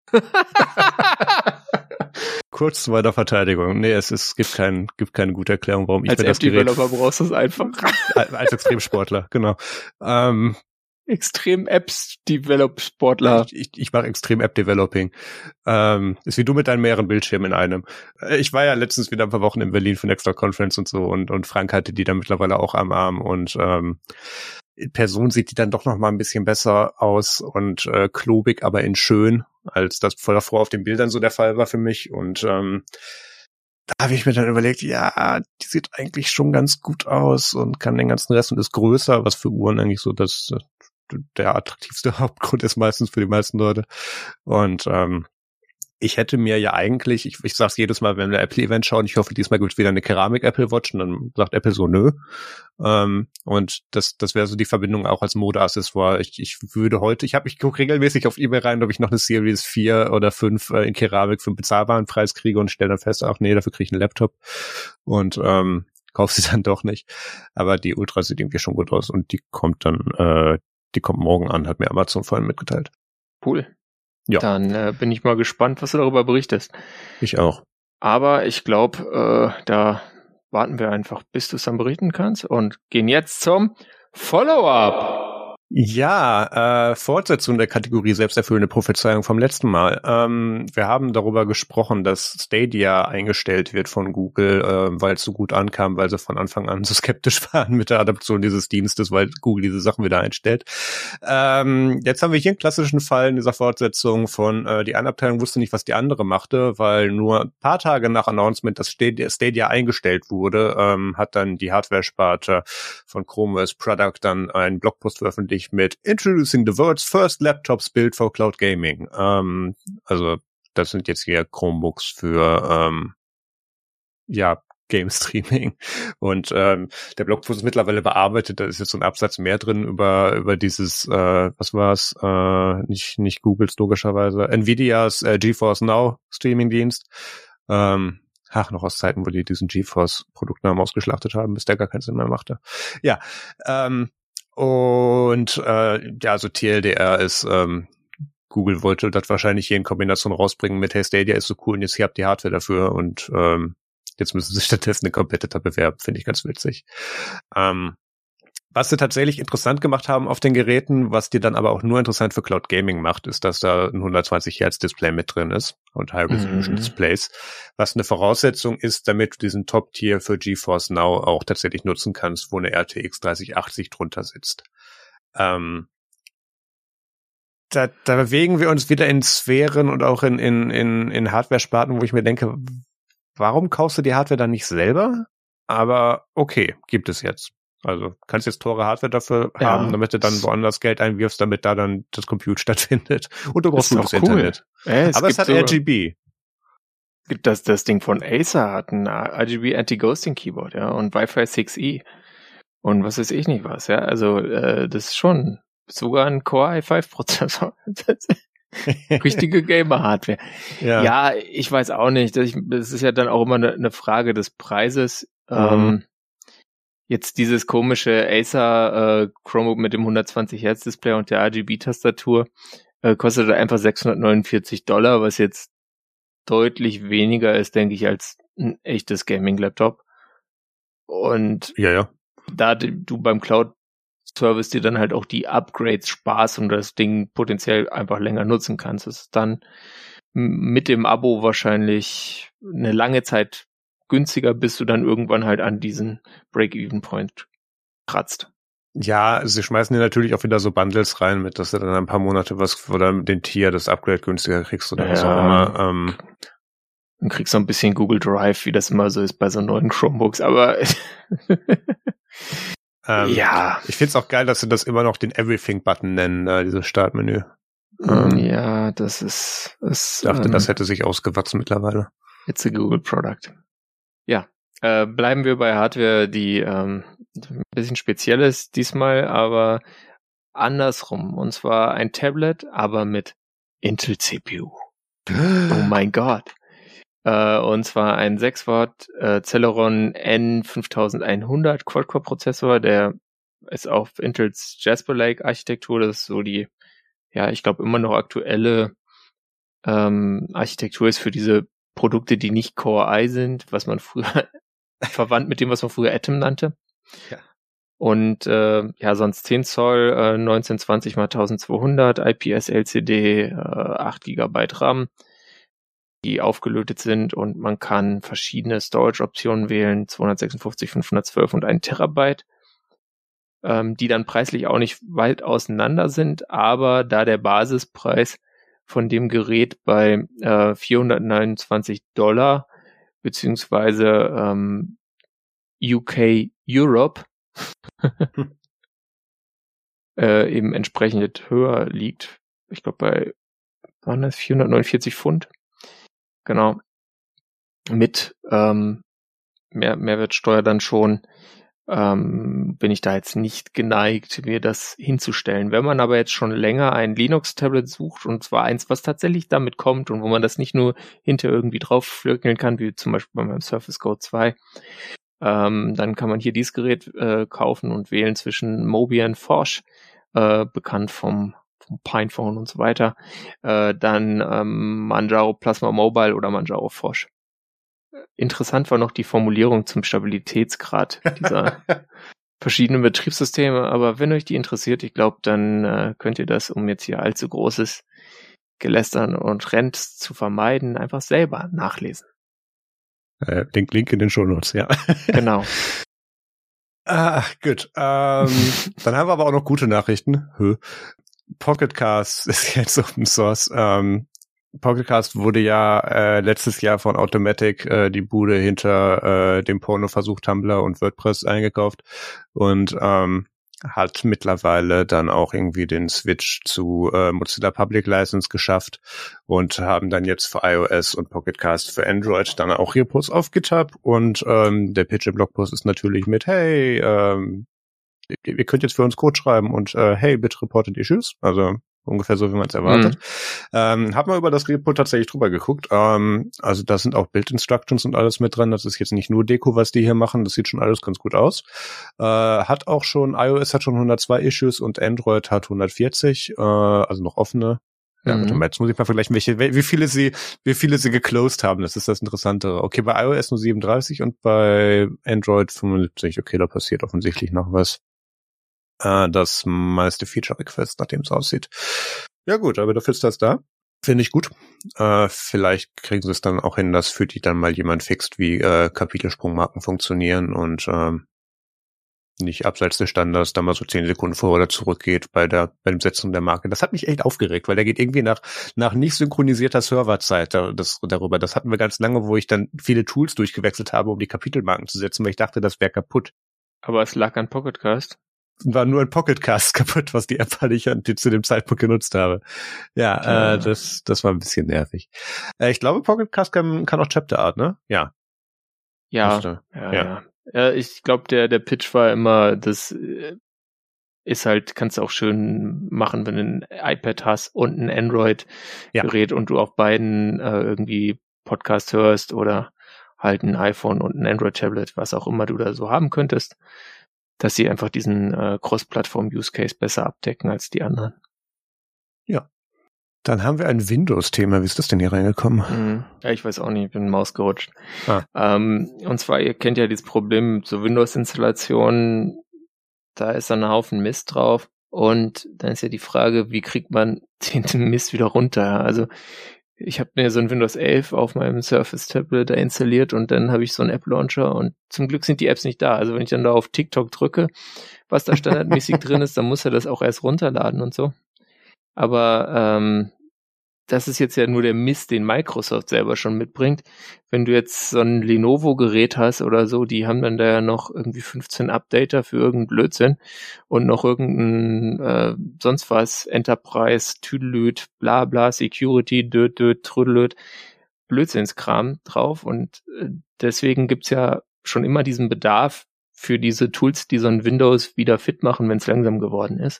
S2: Kurz zu meiner Verteidigung. Nee, es, es gibt, kein, gibt keine gute Erklärung, warum ich
S1: als
S2: mir das Gerät...
S1: Als App-Developer brauchst du es einfach.
S2: Als Extremsportler, genau. Ähm,
S1: Extrem-Apps-Develop-Sportler.
S2: Ich, ich, ich mache Extrem-App-Developing. Ähm, ist wie du mit deinen mehreren Bildschirmen in einem. Ich war ja letztens wieder ein paar Wochen in Berlin für Nextdoor Conference und so und, und Frank hatte die da mittlerweile auch am Arm und ähm, in Person sieht die dann doch noch mal ein bisschen besser aus und äh, klobig, aber in schön, als das davor auf den Bildern so der Fall war für mich und ähm, da habe ich mir dann überlegt, ja, die sieht eigentlich schon ganz gut aus und kann den ganzen Rest und ist größer, was für Uhren eigentlich so das der attraktivste Hauptgrund ist meistens für die meisten Leute. Und ähm, ich hätte mir ja eigentlich, ich, ich sag's jedes Mal, wenn wir Apple-Event schauen, ich hoffe, diesmal gibt's wieder eine Keramik-Apple-Watch und dann sagt Apple so, nö. Ähm, und das das wäre so die Verbindung auch als Mode-Accessoire. Ich, ich würde heute, ich habe ich gucke regelmäßig auf eBay rein, ob ich noch eine Series vier oder fünf äh, in Keramik für einen bezahlbaren Preis kriege und stelle dann fest, ach nee, dafür kriege ich einen Laptop. Und ähm, kauf sie dann doch nicht. Aber die Ultra sieht irgendwie schon gut aus und die kommt dann, äh, die kommt morgen an, hat mir Amazon vorhin mitgeteilt.
S1: Cool.
S2: Ja.
S1: Dann äh, bin ich mal gespannt, was du darüber berichtest.
S2: Ich auch.
S1: Aber ich glaube, äh, da warten wir einfach, bis du es dann berichten kannst und gehen jetzt zum Follow-up.
S2: Ja, äh, Fortsetzung der Kategorie selbsterfüllende Prophezeiung vom letzten Mal. Ähm, wir haben darüber gesprochen, dass Stadia eingestellt wird von Google, äh, weil es so gut ankam, weil sie von Anfang an so skeptisch waren mit der Adaption dieses Dienstes, weil Google diese Sachen wieder einstellt. Ähm, jetzt haben wir hier einen klassischen Fall in dieser Fortsetzung von, äh, die eine Abteilung wusste nicht, was die andere machte, weil nur ein paar Tage nach Announcement, dass Stadia, Stadia eingestellt wurde, ähm, hat dann die Hardware-Sparte von Chrome O S Product dann einen Blogpost veröffentlicht mit Introducing the world's first laptops built for cloud gaming. Ähm, also das sind jetzt hier Chromebooks für ähm, ja Game Streaming und ähm, der Blogpost ist mittlerweile bearbeitet. Da ist jetzt so ein Absatz mehr drin über über dieses äh, was war's äh, nicht nicht Googles logischerweise Nvidias äh, GeForce Now Streaming-Dienst. Ähm, Ach, noch aus Zeiten, wo die diesen GeForce-Produktnamen ausgeschlachtet haben, bis der gar keinen Sinn mehr machte. Ja, ähm, und äh, ja, also T L D R ist, ähm, Google wollte das wahrscheinlich hier in Kombination rausbringen mit, hey, Stadia ist so cool und jetzt hier habt ihr Hardware dafür und ähm, jetzt müssen sie stattdessen eine Competitor bewerben, finde ich ganz witzig. Ähm, Was sie tatsächlich interessant gemacht haben auf den Geräten, was die dann aber auch nur interessant für Cloud Gaming macht, ist, dass da ein hundertzwanzig Hertz Display mit drin ist und High Resolution mhm. Displays, was eine Voraussetzung ist, damit du diesen Top-Tier für GeForce Now auch tatsächlich nutzen kannst, wo eine R T X dreißig achtzig drunter sitzt. Ähm, da, da bewegen wir uns wieder in Sphären und auch in, in, in, in Hardware-Sparten, wo ich mir denke, warum kaufst du die Hardware dann nicht selber? Aber okay, gibt es jetzt. Also kannst jetzt teure Hardware dafür ja, haben, damit du dann woanders Geld einwirfst, damit da dann das Compute stattfindet. Und du brauchst gutes cool. Internet.
S1: Ja, es
S2: aber es hat so, R G B.
S1: Das, das Ding von Acer hat ein R G B Anti-Ghosting Keyboard, ja, und Wi-Fi six E. Und was weiß ich nicht was, ja. Also äh, das ist schon sogar ein Core i fünf Prozessor. Richtige Gamer-Hardware. Ja. ja, ich weiß auch nicht. Das ist ja dann auch immer eine, eine Frage des Preises. Mhm. Ähm, Jetzt dieses komische Acer äh, Chromebook mit dem hundertzwanzig Hertz Display und der R G B-Tastatur äh, kostet einfach sechshundertneunundvierzig Dollar, was jetzt deutlich weniger ist, denke ich, als ein echtes Gaming-Laptop. Und
S2: ja, ja.
S1: da du beim Cloud-Service dir dann halt auch die Upgrades sparst und das Ding potenziell einfach länger nutzen kannst, ist dann mit dem Abo wahrscheinlich eine lange Zeit günstiger, bis du dann irgendwann halt an diesen Break-Even-Point kratzt.
S2: Ja, sie schmeißen dir natürlich auch wieder so Bundles rein, mit dass du dann ein paar Monate was oder den Tier, das Upgrade günstiger kriegst oder ja, was auch immer. Ähm.
S1: Dann kriegst du ein bisschen Google Drive, wie das immer so ist bei so neuen Chromebooks, aber
S2: ähm, ja. Ich find's auch geil, dass sie das immer noch den Everything-Button nennen, äh, dieses Startmenü.
S1: Ähm, ja, das ist... ist
S2: ich dachte,
S1: ähm,
S2: das hätte sich ausgewachsen mittlerweile.
S1: It's a Google Product. Ja, äh, bleiben wir bei Hardware, die ähm, ein bisschen speziell ist diesmal, aber andersrum. Und zwar ein Tablet, aber mit Intel C P U. Oh mein Gott. Äh, und zwar ein sechs Watt äh, Celeron N fünftausendeinhundert Quad-Core-Prozessor, der ist auf Intels Jasper Lake Architektur. Das ist so die, ja, ich glaube immer noch aktuelle ähm, Architektur ist für diese Produkte, die nicht Core i sind, was man früher verwandt mit dem, was man früher Atom nannte. Ja. Und äh, ja, sonst zehn Zoll, äh, neunzehnhundertzwanzig mal eintausendzweihundert, I P S L C D, äh, acht Gigabyte RAM, die aufgelötet sind und man kann verschiedene Storage-Optionen wählen, zweihundertsechsundfünfzig, fünfhundertzwölf und ein Terabyte, ähm, die dann preislich auch nicht weit auseinander sind, aber da der Basispreis von dem Gerät bei äh, vierhundertneunundzwanzig Dollar beziehungsweise ähm, U K Europe äh, eben entsprechend höher liegt. Ich glaube bei waren das vierhundertneunundvierzig Pfund. Genau. Mit ähm, Mehr, Mehrwertsteuer dann schon. Ähm, bin ich da jetzt nicht geneigt, mir das hinzustellen. Wenn man aber jetzt schon länger ein Linux-Tablet sucht, und zwar eins, was tatsächlich damit kommt und wo man das nicht nur hinter irgendwie drauf flöckeln kann, wie zum Beispiel bei meinem Surface Go zwei, ähm, dann kann man hier dieses Gerät äh, kaufen und wählen zwischen Mobian Forge, äh, bekannt vom, vom Pinephone und so weiter, äh, dann ähm, Manjaro Plasma Mobile oder Manjaro Forge. Interessant war noch die Formulierung zum Stabilitätsgrad dieser verschiedenen Betriebssysteme, aber wenn euch die interessiert, ich glaube, dann äh, könnt ihr das, um jetzt hier allzu großes Gelästern und Rents zu vermeiden, einfach selber nachlesen.
S2: Äh, Link, Link in den Shownotes, ja.
S1: Genau.
S2: Ah, gut. Ähm, dann haben wir aber auch noch gute Nachrichten. Pocket Cast ist jetzt Open Source. Ähm, Pocket Cast wurde ja äh, letztes Jahr von Automatic, äh, die Bude hinter äh, dem Porno-Versuch Tumblr und WordPress eingekauft und ähm, hat mittlerweile dann auch irgendwie den Switch zu äh, Mozilla Public License geschafft und haben dann jetzt für iOS und Pocket Cast für Android dann auch Repos auf GitHub und ähm, der Pitch im Blogpost ist natürlich mit, hey, ähm, ihr könnt jetzt für uns Code schreiben und äh, hey, bitte reported issues, also ungefähr so, wie man es erwartet. Mhm. Ähm, hab mal über das Repo tatsächlich drüber geguckt. Ähm, also da sind auch Build-Instructions und alles mit drin. Das ist jetzt nicht nur Deko, was die hier machen. Das sieht schon alles ganz gut aus. Äh, hat auch schon, iOS hat schon hundertzwei Issues und Android hat hundertvierzig, äh, also noch offene. Ja, mhm. Jetzt muss ich mal vergleichen, welche, wie viele sie, wie viele sie geclosed haben. Das ist das Interessantere. Okay, bei iOS nur siebenunddreißig und bei Android fünfundsiebzig. Okay, da passiert offensichtlich noch was. äh, das meiste Feature-Request, nachdem es aussieht. Ja gut, aber dafür ist das da. Finde ich gut. Äh, vielleicht kriegen sie es dann auch hin, dass für die dann mal jemand fixt, wie äh, Kapitelsprungmarken funktionieren und ähm, nicht abseits des Standards da mal so zehn Sekunden vor oder zurückgeht bei der bei dem Setzen der Marke. Das hat mich echt aufgeregt, weil der geht irgendwie nach nach nicht synchronisierter Serverzeit da, das, darüber. Das hatten wir ganz lange, wo ich dann viele Tools durchgewechselt habe, um die Kapitelmarken zu setzen, weil ich dachte, das wäre kaputt.
S1: Aber es lag an Pocketcast.
S2: War nur ein Pocketcast kaputt, was die App, die ich zu dem Zeitpunkt genutzt habe. Ja, ja. Äh, das das war ein bisschen nervig. Äh, ich glaube, Pocketcast kann, kann auch Chapter Art, ne? Ja.
S1: Ja, ja, ja. ja. ja ich glaube, der der Pitch war immer, das äh, ist halt, kannst du auch schön machen, wenn du ein iPad hast und ein Android-Gerät ja. und du auf beiden äh, irgendwie Podcast hörst oder halt ein iPhone und ein Android-Tablet, was auch immer du da so haben könntest, dass sie einfach diesen äh, Cross-Plattform-Use-Case besser abdecken als die anderen.
S2: Ja. Dann haben wir ein Windows-Thema. Wie ist das denn hier reingekommen?
S1: Mhm. Ja, ich weiß auch nicht, ich bin Maus gerutscht. Ah. Ähm, und zwar, ihr kennt ja dieses Problem zur Windows-Installation, da ist dann ein Haufen Mist drauf und dann ist ja die Frage, wie kriegt man den Mist wieder runter? Also ich habe mir so ein Windows elf auf meinem Surface-Tablet da installiert und dann habe ich so einen App-Launcher und zum Glück sind die Apps nicht da. Also wenn ich dann da auf TikTok drücke, was da standardmäßig drin ist, dann muss er das auch erst runterladen und so. Aber ähm, das ist jetzt ja nur der Mist, den Microsoft selber schon mitbringt. Wenn du jetzt so ein Lenovo-Gerät hast oder so, die haben dann da ja noch irgendwie fünfzehn Updater für irgendeinen Blödsinn und noch irgendein äh, sonst was, Enterprise, Tüdelüt, bla bla, Security, död, död, trödelöd, Blödsinnskram drauf. Und äh, deswegen gibt's ja schon immer diesen Bedarf für diese Tools, die so ein Windows wieder fit machen, wenn es langsam geworden ist.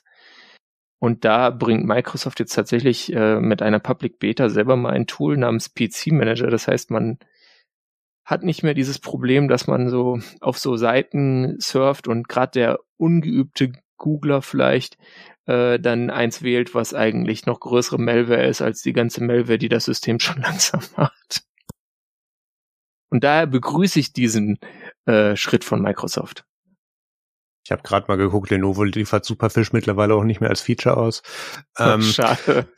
S1: Und da bringt Microsoft jetzt tatsächlich äh, mit einer Public Beta selber mal ein Tool namens P C Manager. Das heißt, man hat nicht mehr dieses Problem, dass man so auf so Seiten surft und gerade der ungeübte Googler vielleicht äh, dann eins wählt, was eigentlich noch größere Malware ist als die ganze Malware, die das System schon langsam macht. Und daher begrüße ich diesen äh, Schritt von Microsoft.
S2: Ich habe gerade mal geguckt, Lenovo liefert Superfish mittlerweile auch nicht mehr als Feature aus. Ähm,
S1: Schade.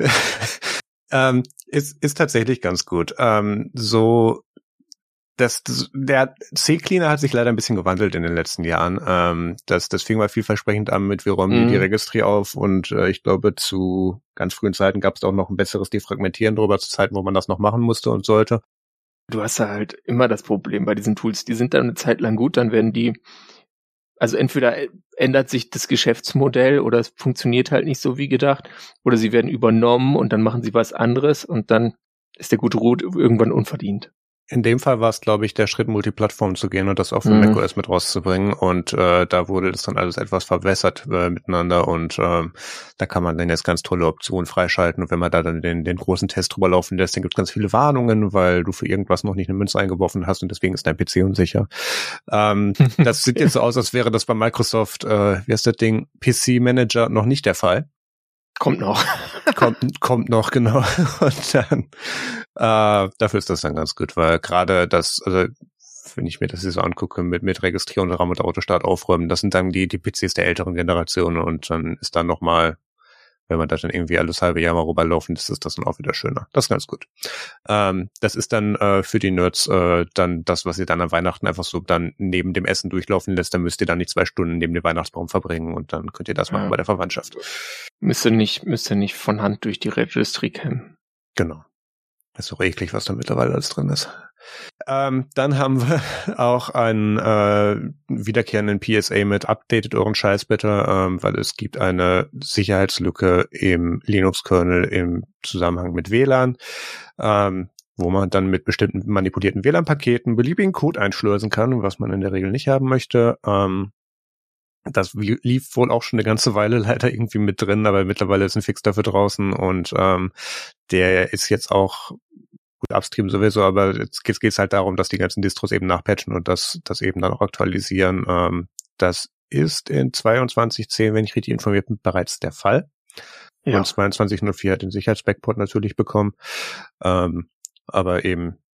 S2: ähm, ist, ist tatsächlich ganz gut. Ähm, so, das, das, der C-Cleaner hat sich leider ein bisschen gewandelt in den letzten Jahren. Ähm, das, das fing mal vielversprechend an mit, wir räumen mhm. die Registry auf und äh, ich glaube, zu ganz frühen Zeiten gab es auch noch ein besseres Defragmentieren drüber, zu Zeiten, wo man das noch machen musste und sollte.
S1: Du hast ja halt immer das Problem bei diesen Tools, die sind dann eine Zeit lang gut, dann werden die Also entweder ändert sich das Geschäftsmodell oder es funktioniert halt nicht so wie gedacht oder sie werden übernommen und dann machen sie was anderes und dann ist der gute Root irgendwann unverdient.
S2: In dem Fall war es, glaube ich, der Schritt, Multiplattform zu gehen und das auch für mhm. macOS mit rauszubringen. Und äh, da wurde das dann alles etwas verwässert äh, miteinander und äh, da kann man dann jetzt ganz tolle Optionen freischalten. Und wenn man da dann den, den großen Test drüber laufen lässt, dann gibt es ganz viele Warnungen, weil du für irgendwas noch nicht eine Münze eingeworfen hast und deswegen ist dein P C unsicher. Ähm, das sieht jetzt so aus, als wäre das bei Microsoft, äh, wie heißt das Ding, P C Manager noch nicht der Fall.
S1: Kommt noch.
S2: kommt, kommt noch, genau. Und dann, äh, dafür ist das dann ganz gut, weil gerade das, also, wenn ich mir das hier so angucke, mit, mit Registrierung, RAM und Autostart aufräumen, das sind dann die, die P Cs der älteren Generation und dann ist dann nochmal, wenn man das dann irgendwie alles halbe Jahr mal rüberlaufen, ist das, das dann auch wieder schöner. Das ist ganz gut. Ähm, das ist dann äh, für die Nerds äh, dann das, was ihr dann an Weihnachten einfach so dann neben dem Essen durchlaufen lässt, dann müsst ihr dann nicht zwei Stunden neben dem Weihnachtsbaum verbringen und dann könnt ihr das machen ja. bei der Verwandtschaft.
S1: Müsste nicht, müsste nicht von Hand durch die Registry kämmen.
S2: Genau. Das ist doch eklig, was da mittlerweile alles drin ist. Ähm, dann haben wir auch einen äh, wiederkehrenden P S A mit updatet euren Scheiß bitte, ähm, weil es gibt eine Sicherheitslücke im Linux-Kernel im Zusammenhang mit W L A N, ähm, wo man dann mit bestimmten manipulierten W L A N-Paketen beliebigen Code einschleusen kann, was man in der Regel nicht haben möchte. Ähm, Das lief wohl auch schon eine ganze Weile leider irgendwie mit drin, aber mittlerweile ist ein Fix dafür draußen und ähm, der ist jetzt auch gut upstream sowieso, aber jetzt geht es halt darum, dass die ganzen Distros eben nachpatchen und das, das eben dann auch aktualisieren. Ähm, das ist in zweiundzwanzig zehn, wenn ich richtig informiert bin, bereits der Fall. Ja. Und zweiundzwanzig null vier hat den Sicherheitsbackport natürlich bekommen. Ähm, aber eben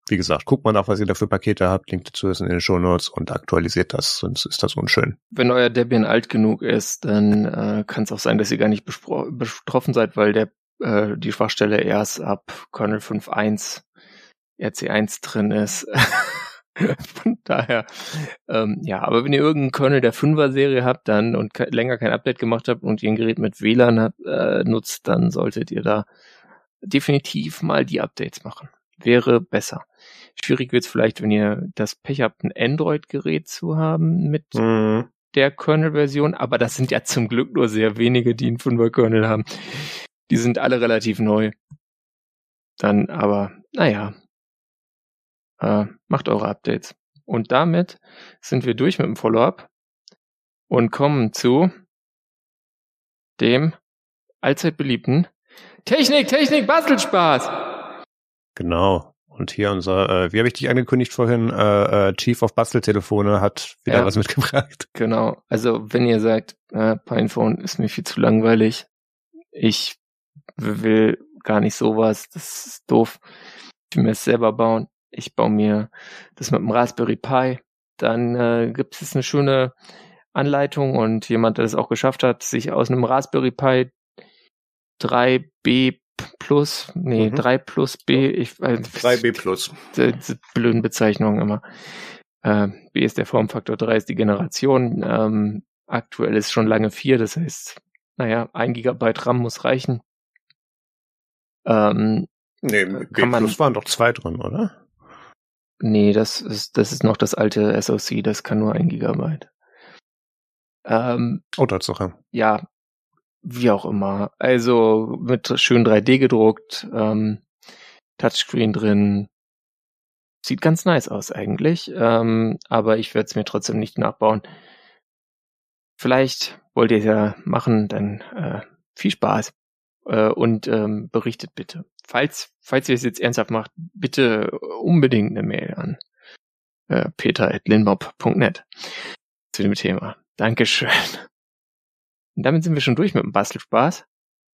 S2: wie gesagt, guckt mal nach, was ihr da für Pakete habt. Link dazu ist in den Shownotes und aktualisiert das, sonst ist das unschön.
S1: Wenn euer Debian alt genug ist, dann äh, kann es auch sein, dass ihr gar nicht bespro- betroffen seid, weil der äh, die Schwachstelle erst ab Kernel fünf Punkt eins R C eins drin ist. Von daher, ähm, ja, aber wenn ihr irgendeinen Kernel der fünfer-Serie habt dann und ke- länger kein Update gemacht habt und ihr ein Gerät mit W L A N habt, äh, nutzt, dann solltet ihr da definitiv mal die Updates machen. Wäre besser. Schwierig wird's vielleicht, wenn ihr das Pech habt, ein Android-Gerät zu haben mit
S2: Mhm.
S1: der Kernel-Version, aber das sind ja zum Glück nur sehr wenige, die einen fünfer-Kernel haben. Die sind alle relativ neu. Dann aber, naja, äh, macht eure Updates. Und damit sind wir durch mit dem Follow-up und kommen zu dem allzeit beliebten Technik, Technik, Bastelspaß.
S2: Genau. Und hier unser, äh, wie habe ich dich angekündigt vorhin, äh, äh, Chief of Basteltelefone hat wieder
S1: Ja.
S2: was mitgebracht.
S1: Genau. Also wenn ihr sagt, äh, Pinephone ist mir viel zu langweilig, ich will gar nicht sowas, das ist doof, ich will mir es selber bauen. Ich baue mir das mit dem Raspberry Pi. Dann äh, gibt es eine schöne Anleitung und jemand, der es auch geschafft hat, sich aus einem Raspberry Pi drei B plus, nee,
S2: Mhm.
S1: drei plus B, ich äh,
S2: drei B plus.
S1: die, die blöden Bezeichnungen immer. Äh, B ist der Formfaktor, drei ist die Generation. Ähm, aktuell ist schon lange vier, das heißt, naja, ein Gigabyte RAM muss reichen. Ähm,
S2: Nee,
S1: Kann
S2: B
S1: man-
S2: plus waren doch zwei drin, oder?
S1: nee, das ist, das ist noch das alte S O C, das kann nur ein Gigabyte. Ähm,
S2: Oh, Tatsache.
S1: ja, wie auch immer. Also mit schön drei D gedruckt, ähm, Touchscreen drin. Sieht ganz nice aus eigentlich, ähm, aber ich werde es mir trotzdem nicht nachbauen. Vielleicht wollt ihr es ja machen, dann äh, viel Spaß äh, und ähm, berichtet bitte. Falls, falls ihr es jetzt ernsthaft macht, bitte unbedingt eine Mail an äh, peter at linmob punkt net zu dem Thema. Dankeschön. Und damit sind wir schon durch mit dem Bastelspaß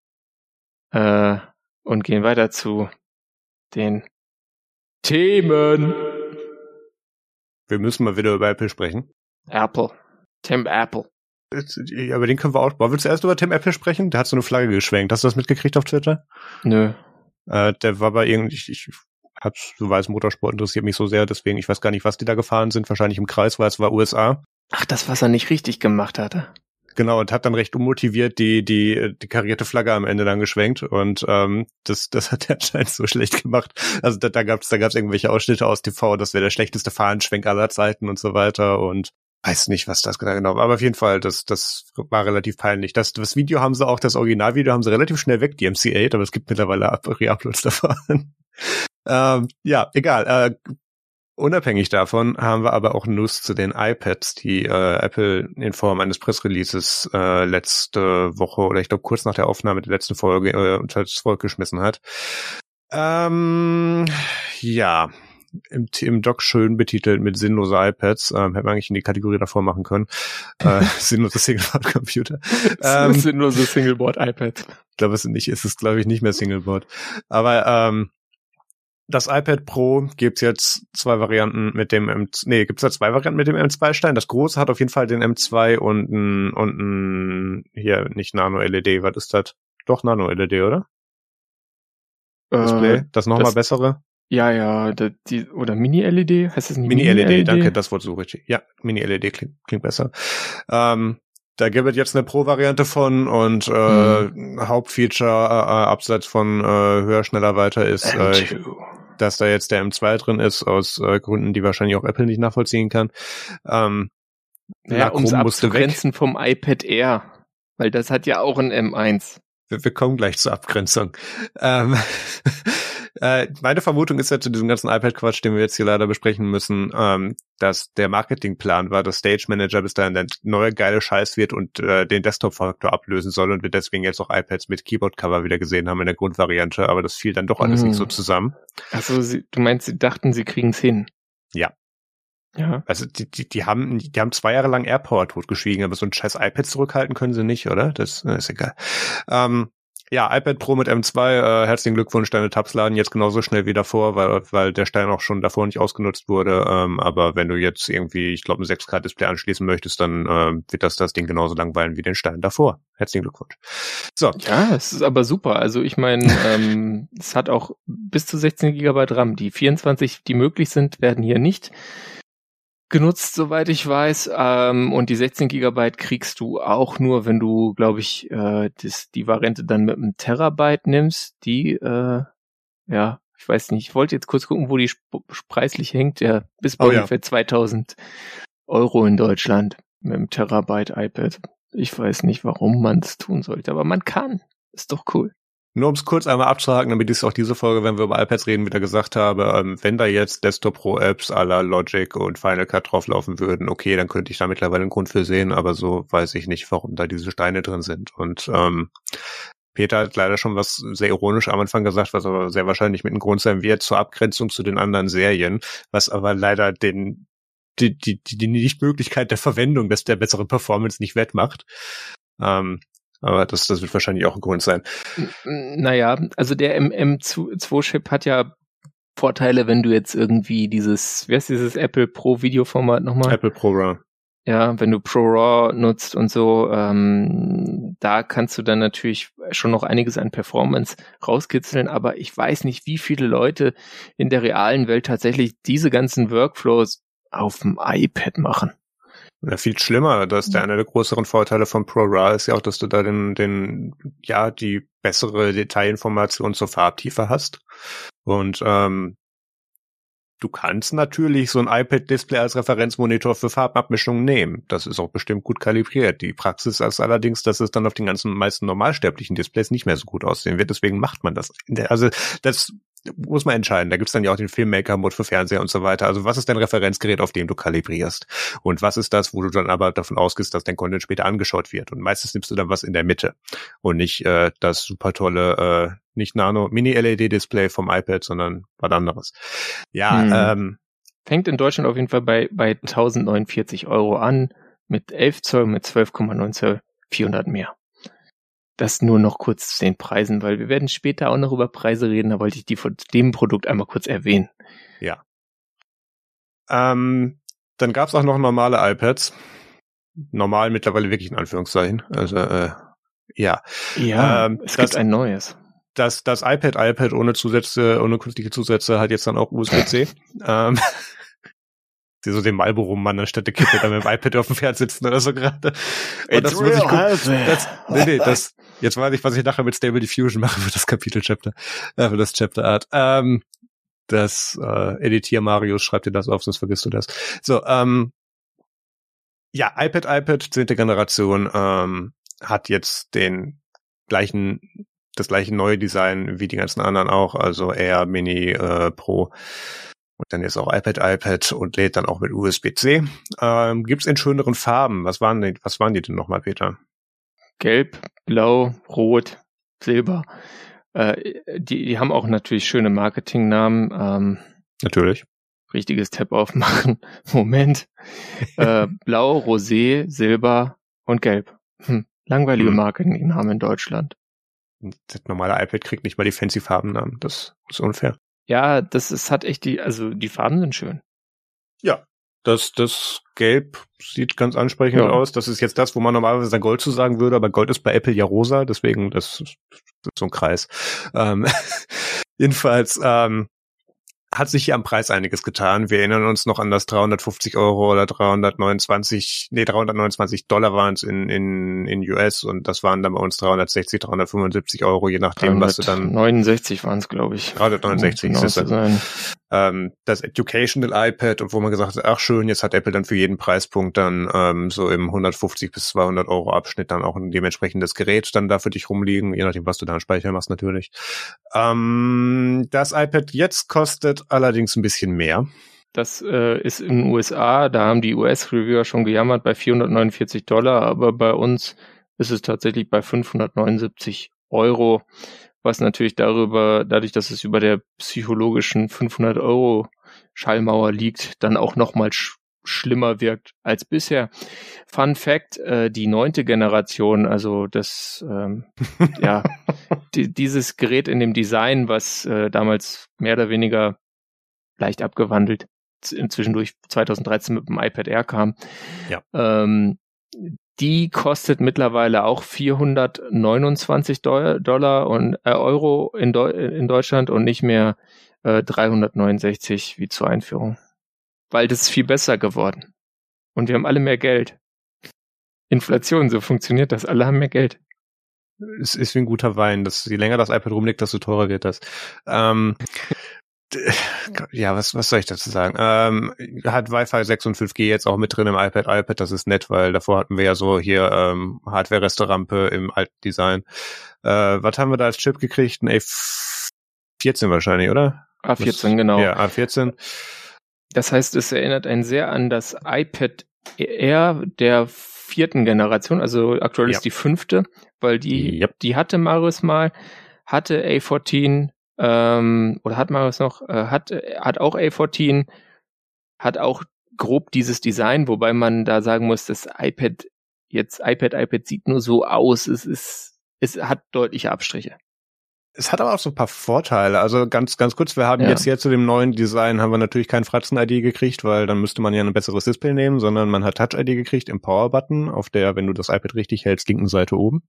S1: äh, und gehen weiter zu den Themen.
S2: Wir müssen mal wieder über Apple sprechen.
S1: Apple. Tim Apple.
S2: Ja, aber den können wir auch. Wollen wir zuerst über Tim Apple sprechen? Der hat so eine Flagge geschwenkt. Hast du das mitgekriegt auf Twitter?
S1: Nö.
S2: Äh, der war bei irgendwie, ich, ich hab's, du weißt, Motorsport interessiert mich so sehr, deswegen, ich weiß gar nicht, was die da gefahren sind, wahrscheinlich im Kreis, weil es war U S A.
S1: Ach, das, was er nicht richtig gemacht hatte.
S2: Genau, und hat dann recht unmotiviert die, die, die karierte Flagge am Ende dann geschwenkt und ähm, das, das hat er anscheinend so schlecht gemacht. Also da, da gab's, da gab's irgendwelche Ausschnitte aus T V, das wäre der schlechteste Fahrenschwenk aller Zeiten und so weiter und weiß nicht, was das genau war, aber auf jeden Fall, das, das war relativ peinlich. Das, das Video haben sie auch, das Originalvideo haben sie relativ schnell weg, die M C acht, aber es gibt mittlerweile Re-Uploads davon. ähm, ja, egal. Äh, unabhängig davon haben wir aber auch News zu den iPads, die äh, Apple in Form eines Pressreleases äh, letzte Woche oder ich glaube kurz nach der Aufnahme der letzten Folge äh, unter das Volk geschmissen hat. Ähm, ja. Im, im Doc schön betitelt mit sinnlose iPads. Ähm, hätte man eigentlich in die Kategorie davor machen können. Äh, sinnlose Singleboard-Computer.
S1: Ähm, sinnlose Singleboard-iPad.
S2: Ich glaube, es nicht, ist es glaube ich nicht mehr Singleboard. Aber ähm, das iPad Pro gibt's jetzt zwei Varianten mit dem M zwei. Nee, gibt's da zwei Varianten mit dem M zwei Stein. Das große hat auf jeden Fall den M zwei und ein, und ein hier nicht Nano-L E D. Was ist das? Doch Nano-L E D, oder? Display.
S1: Äh,
S2: das nochmal bessere?
S1: Ja, ja, die, die, oder Mini-L E D, heißt das nicht
S2: Mini-L E D?
S1: Mini-L E D?
S2: Danke, das Wort suche ich. Ja, Mini-L E D klingt, klingt besser. Ähm, da gibt es jetzt eine Pro-Variante von und äh, mhm. Hauptfeature äh, abseits von äh, höher, schneller, weiter ist, äh, dass da jetzt der M zwei drin ist, aus äh, Gründen, die wahrscheinlich auch Apple nicht nachvollziehen kann. Ähm,
S1: ja, um es abzugrenzen vom iPad Air, weil das hat ja auch ein M eins.
S2: Wir, wir kommen gleich zur Abgrenzung. Ähm, äh, meine Vermutung ist ja zu diesem ganzen iPad-Quatsch, den wir jetzt hier leider besprechen müssen, ähm, dass der Marketingplan war, dass Stage Manager bis dahin der neue geile Scheiß wird und äh, den Desktop-Faktor ablösen soll und wir deswegen jetzt auch iPads mit Keyboard-Cover wieder gesehen haben in der Grundvariante, aber das fiel dann doch alles mm. nicht so zusammen.
S1: Also sie, du meinst, sie dachten, sie kriegen's hin?
S2: Ja.
S1: Ja.
S2: Also die, die, die haben die haben zwei Jahre lang AirPower totgeschwiegen, aber so ein scheiß iPad zurückhalten können sie nicht, oder? Das, das ist egal. Ähm, Ja, iPad Pro mit M zwei, äh, herzlichen Glückwunsch, deine Tabs laden jetzt genauso schnell wie davor, weil weil der Stein auch schon davor nicht ausgenutzt wurde. Ähm, aber wenn du jetzt irgendwie, ich glaube, ein sechs K Display anschließen möchtest, dann äh, wird das das Ding genauso langweilen wie den Stein davor. Herzlichen Glückwunsch. So.
S1: Ja, es ist aber super. Also ich meine, ähm, es hat auch bis zu sechzehn Gigabyte RAM. Die vierundzwanzig, die möglich sind, werden hier nicht genutzt, soweit ich weiß. Ähm, und die sechzehn Gigabyte kriegst du auch nur, wenn du, glaube ich, äh, das, die Variante dann mit einem Terabyte nimmst. Die, äh, ja, ich weiß nicht, ich wollte jetzt kurz gucken, wo die sp- preislich hängt. Ja, bis bei
S2: Oh, ja.
S1: ungefähr zweitausend Euro in Deutschland mit einem Terabyte iPad. Ich weiß nicht, warum man es tun sollte, aber man kann. Ist doch cool.
S2: Nur um es kurz einmal abzuhaken, damit ich es auch diese Folge, wenn wir über iPads reden, wieder gesagt habe, ähm, wenn da jetzt Desktop-Pro-Apps à la Logic und Final Cut drauflaufen würden, okay, dann könnte ich da mittlerweile einen Grund für sehen, aber so weiß ich nicht, warum da diese Steine drin sind. Und ähm, Peter hat leider schon was sehr ironisch am Anfang gesagt, was aber sehr wahrscheinlich mit einem Grund sein wird, zur Abgrenzung zu den anderen Serien, was aber leider den die, die, die Nichtmöglichkeit der Verwendung des der besseren Performance nicht wettmacht. Ähm, Aber das, das wird wahrscheinlich auch ein Grund sein.
S1: Naja, also der M zwei Chip hat ja Vorteile, wenn du jetzt irgendwie dieses, wie heißt dieses Apple Pro Videoformat nochmal?
S2: Apple Pro RAW.
S1: Ja, wenn du Pro RAW nutzt und so, ähm, da kannst du dann natürlich schon noch einiges an Performance rauskitzeln, aber ich weiß nicht, wie viele Leute in der realen Welt tatsächlich diese ganzen Workflows auf dem iPad machen.
S2: Ja, viel schlimmer, dass der einer der größeren Vorteile von Pro RAW ist ja auch, dass du da den, den, ja, die bessere Detailinformation zur Farbtiefe hast. Und ähm, du kannst natürlich so ein iPad-Display als Referenzmonitor für Farbabmischungen nehmen. Das ist auch bestimmt gut kalibriert. Die Praxis ist allerdings, dass es dann auf den ganzen meisten normalsterblichen Displays nicht mehr so gut aussehen wird. Deswegen macht man das. Also das muss man entscheiden. Da gibt's dann ja auch den Filmmaker-Mode für Fernseher und so weiter. Also was ist dein Referenzgerät, auf dem du kalibrierst? Und was ist das, wo du dann aber davon ausgehst, dass dein Content später angeschaut wird? Und meistens nimmst du dann was in der Mitte und nicht äh, das super tolle, äh, nicht Nano, Mini-L E D-Display vom iPad, sondern was anderes. Ja,
S1: hm.
S2: ähm,
S1: Fängt in Deutschland auf jeden Fall bei, bei tausendneunundvierzig Euro an, mit elf Zoll, mit zwölf Komma neun Zoll, vierhundert mehr. Das nur noch kurz zu den Preisen, weil wir werden später auch noch über Preise reden, da wollte ich die von dem Produkt einmal kurz erwähnen.
S2: Ja. Ähm, dann gab's auch noch normale iPads. Normal mittlerweile wirklich in Anführungszeichen. Also, äh, ja.
S1: Ja,
S2: ähm,
S1: es
S2: das,
S1: gibt ein neues.
S2: Das, das iPad, iPad ohne Zusätze, ohne künstliche Zusätze hat jetzt dann auch U S B C. ähm, Sie so den Marlboro-Mann anstatt der Kippe da mit dem iPad auf dem Pferd sitzen oder so gerade. Und das muss ich gucken. Das, nee, nee, das, jetzt weiß ich, was ich nachher mit Stable Diffusion mache für das Kapitel-Chapter, äh, für das Chapter-Art. Ähm, das, äh, Editier Marius, schreib dir das auf, sonst vergisst du das. So, ähm, ja, iPad, iPad, zehnte Generation, ähm, hat jetzt den gleichen, das gleiche neue Design wie die ganzen anderen auch, also Air, Mini, äh, Pro. Und dann ist auch iPad, iPad und lädt dann auch mit U S B C. Ähm, gibt's in schöneren Farben? Was waren die, was waren die denn nochmal, Peter?
S1: Gelb, Blau, Rot, Silber. Äh, die, die haben auch natürlich schöne Marketingnamen. Ähm,
S2: Natürlich.
S1: Richtiges Tab aufmachen. Moment. äh, Blau, Rosé, Silber und Gelb. Hm. Langweilige hm. Marketingnamen in Deutschland.
S2: Das normale iPad kriegt nicht mal die fancy Farbennamen. Das ist unfair.
S1: Ja, das ist, hat echt die, also die Farben sind schön.
S2: Ja, das, das Gelb sieht ganz ansprechend ja. aus. Das ist jetzt das, wo man normalerweise dann Gold zu sagen würde, aber Gold ist bei Apple ja rosa, deswegen, das ist so ein Kreis. Ähm, jedenfalls, ähm, hat sich hier am Preis einiges getan. Wir erinnern uns noch an das dreihundertfünfzig Euro oder dreihundertneunundzwanzig, nee, dreihundertneunundzwanzig Dollar waren es in, in, in U S und das waren dann bei uns dreihundertsechzig, dreihundertfünfundsiebzig Euro, je nachdem, was du dann...
S1: neunundsechzig waren es, glaube ich.
S2: dreihundertneunundsechzig
S1: um
S2: ist das.
S1: Sein.
S2: Ähm, das Educational iPad, und wo man gesagt hat, ach schön, jetzt hat Apple dann für jeden Preispunkt dann ähm, so im hundertfünfzig bis zweihundert Euro Abschnitt dann auch ein dementsprechendes Gerät dann da für dich rumliegen, je nachdem, was du da an Speicher machst natürlich. Ähm, das iPad jetzt kostet allerdings ein bisschen mehr.
S1: Das äh, ist in den U S A, da haben die U S-Reviewer schon gejammert bei vierhundertneunundvierzig Dollar, aber bei uns ist es tatsächlich bei fünfhundertneunundsiebzig Euro, was natürlich darüber, dadurch, dass es über der psychologischen fünfhundert Euro Schallmauer liegt, dann auch nochmal sch- schlimmer wirkt als bisher. Fun Fact, äh, die neunte Generation, also das, ähm, ja, die, dieses Gerät in dem Design, was äh, damals mehr oder weniger leicht abgewandelt zwischendurch zweitausenddreizehn mit dem iPad Air kam,
S2: ja.
S1: ähm, die kostet mittlerweile auch vierhundertneunundzwanzig Dollar und äh, Euro in, Deu- in Deutschland und nicht mehr äh, dreihundertneunundsechzig wie zur Einführung. Weil das ist viel besser geworden. Und wir haben alle mehr Geld. Inflation, so funktioniert das. Alle haben mehr Geld.
S2: Es ist wie ein guter Wein. Das, je länger das iPad rumliegt, desto teurer wird das. Ähm, ja, was, was soll ich dazu sagen? Ähm, hat Wi-Fi sechs und fünf G jetzt auch mit drin im iPad. iPad, das ist nett, weil davor hatten wir ja so hier ähm, Hardware-Resterampe im alten Design. Äh, was haben wir da als Chip gekriegt? Ein A vierzehn wahrscheinlich, oder?
S1: A vierzehn, genau.
S2: Ja, A vierzehn.
S1: Das heißt, es erinnert einen sehr an das iPad Air der vierten Generation, also aktuell
S2: Ja.
S1: ist die fünfte, weil die,
S2: Yep.
S1: die hatte Marius mal, hatte A vierzehn, ähm, oder hat Marius noch, äh, hat, hat auch A vierzehn, hat auch grob dieses Design, wobei man da sagen muss, das iPad, jetzt iPad, iPad sieht nur so aus, es ist, es hat deutliche Abstriche.
S2: Es hat aber auch so ein paar Vorteile. Also ganz ganz kurz, wir haben
S1: Ja.
S2: jetzt hier zu dem neuen Design haben wir natürlich kein Fratzen-I D gekriegt, weil dann müsste man ja ein besseres Display nehmen, sondern man hat Touch-I D gekriegt im Power-Button, auf der, wenn du das iPad richtig hältst, linken Seite oben.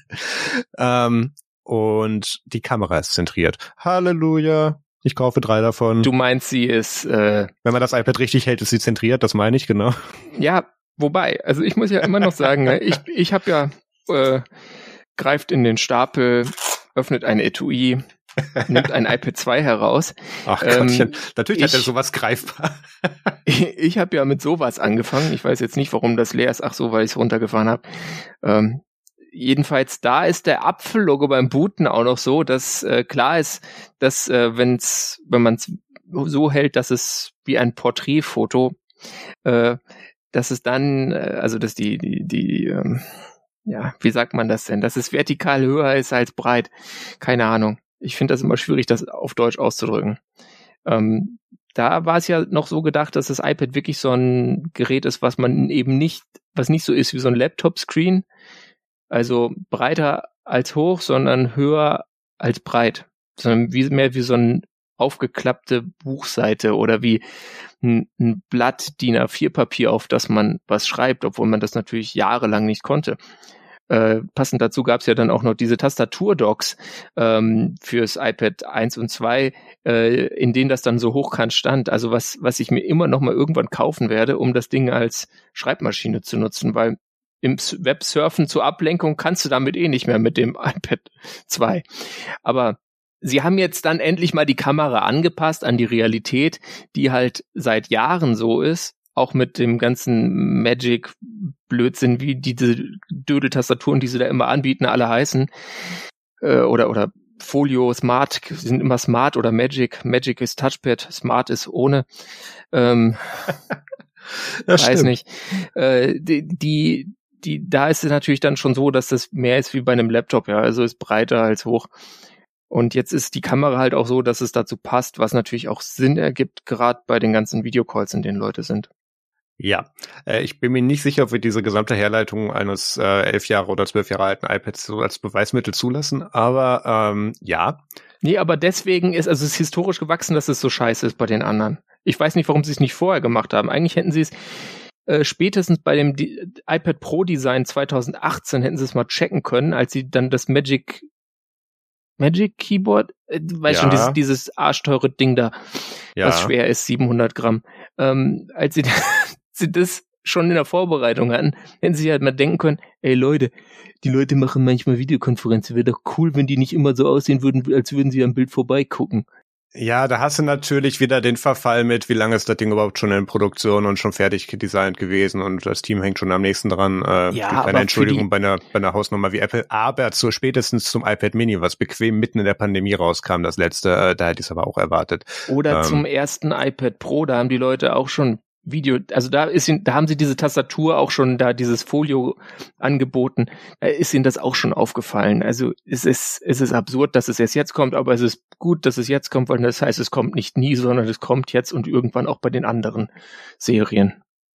S2: ähm, und die Kamera ist zentriert. Halleluja! Ich kaufe drei davon.
S1: Du meinst, sie ist, äh,
S2: Wenn man das iPad richtig hält, ist sie zentriert, das meine ich, genau.
S1: ja, wobei, also ich muss ja immer noch sagen, ne, ich, ich habe ja, äh, greift in den Stapel, öffnet ein Etui, nimmt ein iPad zwei heraus.
S2: Ach
S1: Ähm,
S2: Gottchen, natürlich hat
S1: ich-
S2: er sowas greifbar.
S1: Ich, ich habe ja mit sowas angefangen. Ich weiß jetzt nicht, warum das leer ist. Ach so, weil ich es runtergefahren habe. Ähm, jedenfalls, da ist der Apfellogo beim Booten auch noch so, dass äh, klar ist, dass äh, wenn's, wenn man es so hält, dass es wie ein Porträtfoto, äh, dass es dann, äh, also dass die, die, die, ähm, ja, wie sagt man das denn? Dass es vertikal höher ist als breit. Keine Ahnung. Ich finde das immer schwierig, das auf Deutsch auszudrücken. Ähm, da war es ja noch so gedacht, dass das iPad wirklich so ein Gerät ist, was man eben nicht, was nicht so ist wie so ein Laptop-Screen, also breiter als hoch, sondern höher als breit, sondern wie, mehr wie so ein aufgeklappte Buchseite oder wie ein, ein Blatt D I N A vier Papier, auf das man was schreibt, obwohl man das natürlich jahrelang nicht konnte. Äh, passend dazu gab es ja dann auch noch diese Tastaturdocks ähm, fürs iPad eins und zwei, äh, in denen das dann so hochkant stand. Also was was ich mir immer noch mal irgendwann kaufen werde, um das Ding als Schreibmaschine zu nutzen, weil im Websurfen zur Ablenkung kannst du damit eh nicht mehr mit dem iPad zwei. Aber sie haben jetzt dann endlich mal die Kamera angepasst an die Realität, die halt seit Jahren so ist. Auch mit dem ganzen Magic-Blödsinn, wie diese Dödel-Tastaturen, die sie da immer anbieten, alle heißen. Äh, oder, oder Folio, Smart, sie sind immer Smart oder Magic. Magic ist Touchpad, Smart ist ohne. Ähm,
S2: Das
S1: weiß
S2: stimmt.
S1: nicht. Äh, die, die, die, da ist es natürlich dann schon so, dass das mehr ist wie bei einem Laptop, ja. Also ist breiter als hoch. Und jetzt ist die Kamera halt auch so, dass es dazu passt, was natürlich auch Sinn ergibt, gerade bei den ganzen Videocalls, in denen Leute sind.
S2: Ja, äh, ich bin mir nicht sicher, ob wir diese gesamte Herleitung eines äh, elf Jahre oder zwölf Jahre alten iPads so als Beweismittel zulassen, aber ähm, ja.
S1: Nee, aber deswegen ist, also es ist historisch gewachsen, dass es so scheiße ist bei den anderen. Ich weiß nicht, warum sie es nicht vorher gemacht haben. Eigentlich hätten sie es äh, spätestens bei dem D- iPad Pro Design zweitausendachtzehn hätten sie es mal checken können, als sie dann das Magic Magic Keyboard, äh, du weißt
S2: Ja.
S1: schon, dieses, dieses arschteure Ding da,
S2: Ja.
S1: was schwer ist, siebenhundert Gramm. Ähm, als sie, sie das schon in der Vorbereitung hatten, hätten sie halt mal denken können, ey Leute, die Leute machen manchmal Videokonferenzen, wäre doch cool, wenn die nicht immer so aussehen würden, als würden sie am Bild vorbeigucken.
S2: Ja, da hast du natürlich wieder den Verfall mit, wie lange ist das Ding überhaupt schon in Produktion und schon fertig designt gewesen und das Team hängt schon am nächsten dran. Äh,
S1: Ja,
S2: keine
S1: aber für
S2: Entschuldigung
S1: die-
S2: bei einer, bei einer Hausnummer wie Apple, aber zu spätestens zum iPad Mini, was bequem mitten in der Pandemie rauskam, das letzte, äh, da hätte ich es aber auch erwartet.
S1: Oder
S2: Ähm.
S1: zum ersten iPad Pro, da haben die Leute auch schon Video, also da ist ihnen, da haben sie diese Tastatur auch schon, da dieses Folio angeboten, da ist ihnen das auch schon aufgefallen. Also es ist, es ist absurd, dass es erst jetzt kommt, aber es ist gut, dass es jetzt kommt, weil das heißt, es kommt nicht nie, sondern es kommt jetzt und irgendwann auch bei den anderen Serien.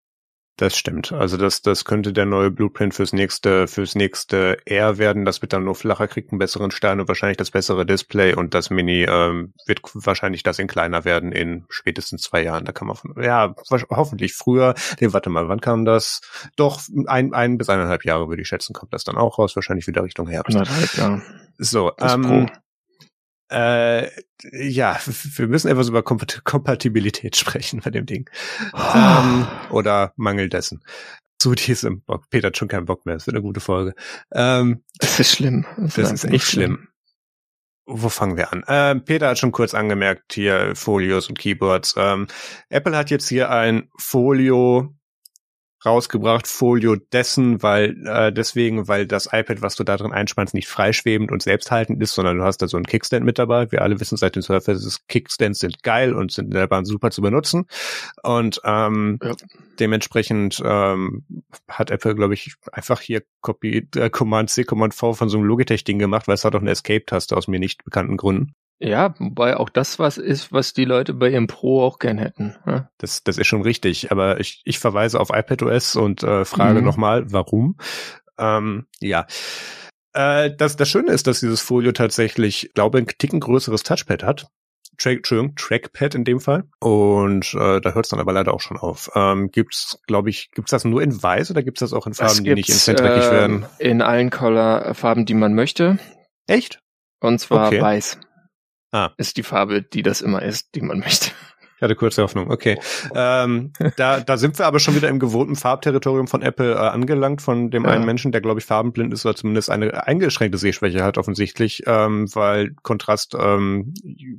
S2: Das stimmt. Also das, das könnte der neue Blueprint fürs nächste, fürs nächste Air werden. Das wird dann nur flacher, kriegt einen besseren Stern und wahrscheinlich das bessere Display, und das Mini ähm, wird wahrscheinlich das in kleiner werden in spätestens zwei Jahren. Da kann man von, ja, hoffentlich früher. Nee, warte mal, wann kam das? Doch, ein, ein bis eineinhalb Jahre würde ich schätzen, kommt das dann auch raus. Wahrscheinlich wieder Richtung Herbst.
S1: Anderthalb, ja.
S2: So,
S1: Das
S2: ähm,
S1: Pro.
S2: Äh, ja, wir müssen etwas über Kompat- Kompatibilität sprechen bei dem Ding.
S1: Oh.
S2: Ähm, oder Mangel dessen. Zu diesem Bock. Peter hat schon keinen Bock mehr. Das wird eine gute Folge. Ähm,
S1: das ist schlimm.
S2: Das, das ist echt schlimm. schlimm. Wo fangen wir an? Ähm, Peter hat schon kurz angemerkt, hier Folios und Keyboards. Ähm, Apple hat jetzt hier ein Folio rausgebracht, Folio dessen, weil äh, deswegen, weil das iPad, was du da drin einspannst, nicht freischwebend und selbsthaltend ist, sondern du hast da so einen Kickstand mit dabei. Wir alle wissen seit den Surfaces, Kickstands sind geil und sind in der Bahn super zu benutzen. Und ähm, ja. dementsprechend ähm, hat Apple, glaube ich, einfach hier Copy, äh, Command-C, Command-V von so einem Logitech-Ding gemacht, weil es hat auch eine Escape-Taste aus mir nicht bekannten Gründen.
S1: Ja, wobei auch das was ist, was die Leute bei ihrem Pro auch gern hätten. Ja?
S2: Das, das ist schon richtig, aber ich, ich verweise auf iPadOS und äh, frage mhm. nochmal, warum? Ähm, ja, äh, das, das Schöne ist, dass dieses Folio tatsächlich, glaube ich, ein Ticken größeres Touchpad hat. Track, Entschuldigung, Trackpad in dem Fall. Und äh, da hört es dann aber leider auch schon auf. Ähm, gibt's, glaube ich, gibt's das nur in Weiß oder gibt's das auch in Farben, die nicht instant-dreckig äh, werden?
S1: In allen Color-Farben, die man möchte.
S2: Echt?
S1: Und zwar
S2: okay.
S1: Weiß.
S2: Ah.
S1: Ist die Farbe, die das immer ist, die man möchte.
S2: Ich hatte kurze Hoffnung, okay. ähm, da, da sind wir aber schon wieder im gewohnten Farbterritorium von Apple äh, angelangt, von dem ja. einen Menschen, der, glaube ich, farbenblind ist oder zumindest eine eingeschränkte Sehschwäche hat, offensichtlich, ähm, weil Kontrast, ähm,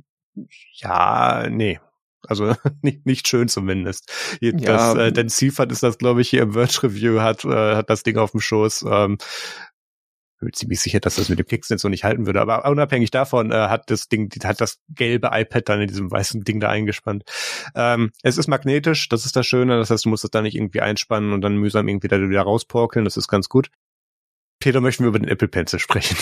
S2: ja, nee. Also nicht, nicht schön zumindest. Ja, das, äh, denn Seifert ist das, glaube ich, hier im Verge Review, hat, äh, hat das Ding auf dem Schoß. Ähm, Ich bin ziemlich sicher, dass das mit dem Kickstand so nicht halten würde. Aber unabhängig davon äh, hat das Ding, hat das gelbe iPad dann in diesem weißen Ding da eingespannt. Ähm, es ist magnetisch, das ist das Schöne. Das heißt, du musst es da nicht irgendwie einspannen und dann mühsam irgendwie da wieder rausporkeln. Das ist ganz gut. Peter, möchten wir über den Apple Pencil sprechen?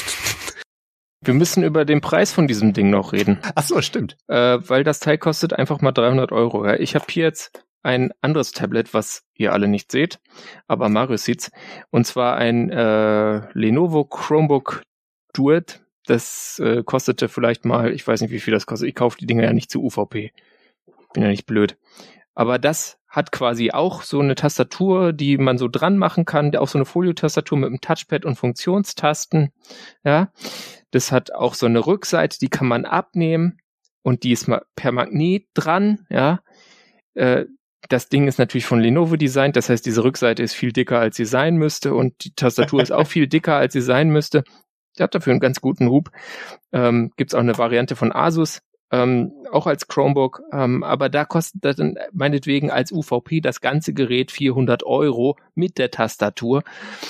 S1: Wir müssen über den Preis von diesem Ding noch reden.
S2: Ach so, stimmt.
S1: Äh, weil das Teil kostet einfach mal dreihundert Euro. Ja? Ich habe hier jetzt ein anderes Tablet, was ihr alle nicht seht, aber Marius sieht's. Und zwar ein äh, Lenovo Chromebook Duet. Das äh, kostete vielleicht mal, ich weiß nicht, wie viel das kostet. Ich kaufe die Dinger ja nicht zu U V P. Bin ja nicht blöd. Aber das hat quasi auch so eine Tastatur, die man so dran machen kann. Auch so eine Folio-Tastatur mit einem Touchpad und Funktionstasten. Ja, das hat auch so eine Rückseite, die kann man abnehmen und die ist mal per Magnet dran. Ja, äh, Das Ding ist natürlich von Lenovo designt, das heißt, diese Rückseite ist viel dicker, als sie sein müsste und die Tastatur ist auch viel dicker, als sie sein müsste. Die hat dafür einen ganz guten Hub. Ähm, gibt's auch eine Variante von Asus, ähm, auch als Chromebook, ähm, aber da kostet das dann meinetwegen als U V P das ganze Gerät vierhundert Euro mit der Tastatur.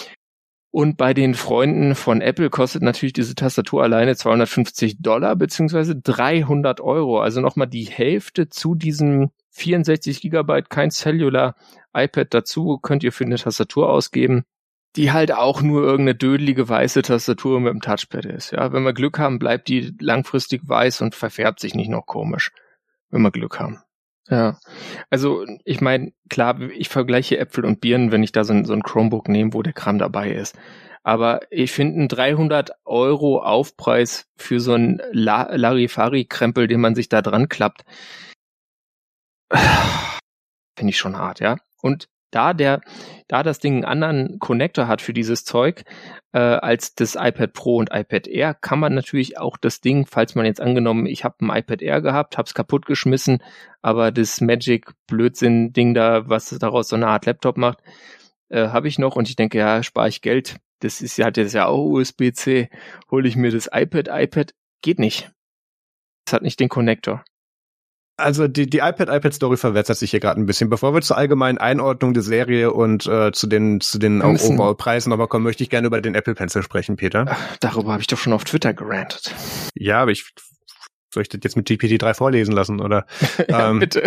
S1: Und bei den Freunden von Apple kostet natürlich diese Tastatur alleine zweihundertfünfzig Dollar beziehungsweise dreihundert Euro, also nochmal die Hälfte zu diesem vierundsechzig Gigabyte, kein Cellular iPad dazu, könnt ihr für eine Tastatur ausgeben, die halt auch nur irgendeine dödelige weiße Tastatur mit dem Touchpad ist. Ja, wenn wir Glück haben, bleibt die langfristig weiß und verfärbt sich nicht noch komisch, wenn wir Glück haben. Ja, also ich meine, klar, ich vergleiche Äpfel und Birnen, wenn ich da so ein, so ein Chromebook nehme, wo der Kram dabei ist. Aber ich finde einen dreihundert Euro Aufpreis für so einen La- Larifari-Krempel, den man sich da dran klappt, finde ich schon hart, ja. Und da der, da das Ding einen anderen Connector hat für dieses Zeug, äh, als das iPad Pro und iPad Air, kann man natürlich auch das Ding, falls man jetzt angenommen, ich habe ein iPad Air gehabt, hab's kaputt geschmissen, aber das Magic-Blödsinn-Ding da, was daraus so eine Art Laptop macht, äh, habe ich noch und ich denke, ja, spare ich Geld. Das ist ja, hat jetzt ja auch U S B C, hole ich mir das iPad, iPad, geht nicht. Das hat nicht den Connector.
S2: Also die, die iPad-iPad-Story verwässert sich hier gerade ein bisschen. Bevor wir zur allgemeinen Einordnung der Serie und äh, zu den zu den Overall-Preisen nochmal kommen, möchte ich gerne über den Apple Pencil sprechen, Peter.
S1: Ach, darüber habe ich doch schon auf Twitter gerantet.
S2: Ja, aber ich soll ich das jetzt mit G P T drei vorlesen lassen, oder?
S1: Ja, ähm, bitte.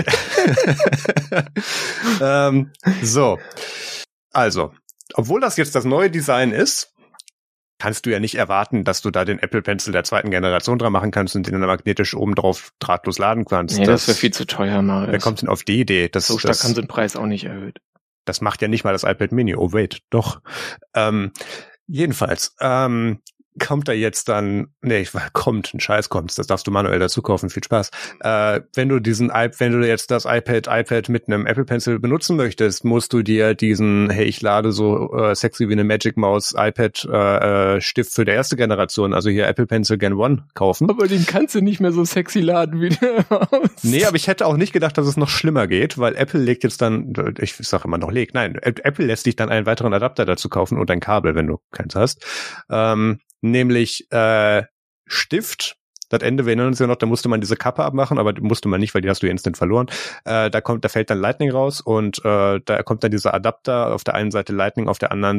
S2: ähm, so, also, obwohl das jetzt das neue Design ist, kannst du ja nicht erwarten, dass du da den Apple Pencil der zweiten Generation dran machen kannst und den dann magnetisch oben drauf drahtlos laden kannst.
S1: Nee, das, das wäre viel zu teuer, Marius.
S2: Wer kommt denn auf die Idee? Das,
S1: so stark
S2: das,
S1: haben sie den Preis auch nicht erhöht.
S2: Das macht ja nicht mal das iPad Mini. Oh wait, doch. Ähm, jedenfalls, ähm, kommt da jetzt dann, nee, ich kommt, ein Scheiß kommt, das darfst du manuell dazu kaufen, viel Spaß. Äh, wenn du diesen, wenn du jetzt das iPad, iPad mit einem Apple Pencil benutzen möchtest, musst du dir diesen, hey, ich lade so äh, sexy wie eine Magic Mouse iPad äh, Stift für die erste Generation, also hier Apple Pencil Gen One kaufen.
S1: Aber den kannst du nicht mehr so sexy laden wie der Maus.
S2: Nee, aber ich hätte auch nicht gedacht, dass es noch schlimmer geht, weil Apple legt jetzt dann, ich sage immer noch legt, nein, Apple lässt dich dann einen weiteren Adapter dazu kaufen und ein Kabel, wenn du keins hast. Ähm, Nämlich äh, Stift. Das Ende, wir erinnern uns ja noch, da musste man diese Kappe abmachen, aber musste man nicht, weil die hast du instant verloren. Äh, da kommt, da fällt dann Lightning raus und äh, da kommt dann dieser Adapter, auf der einen Seite Lightning, auf der anderen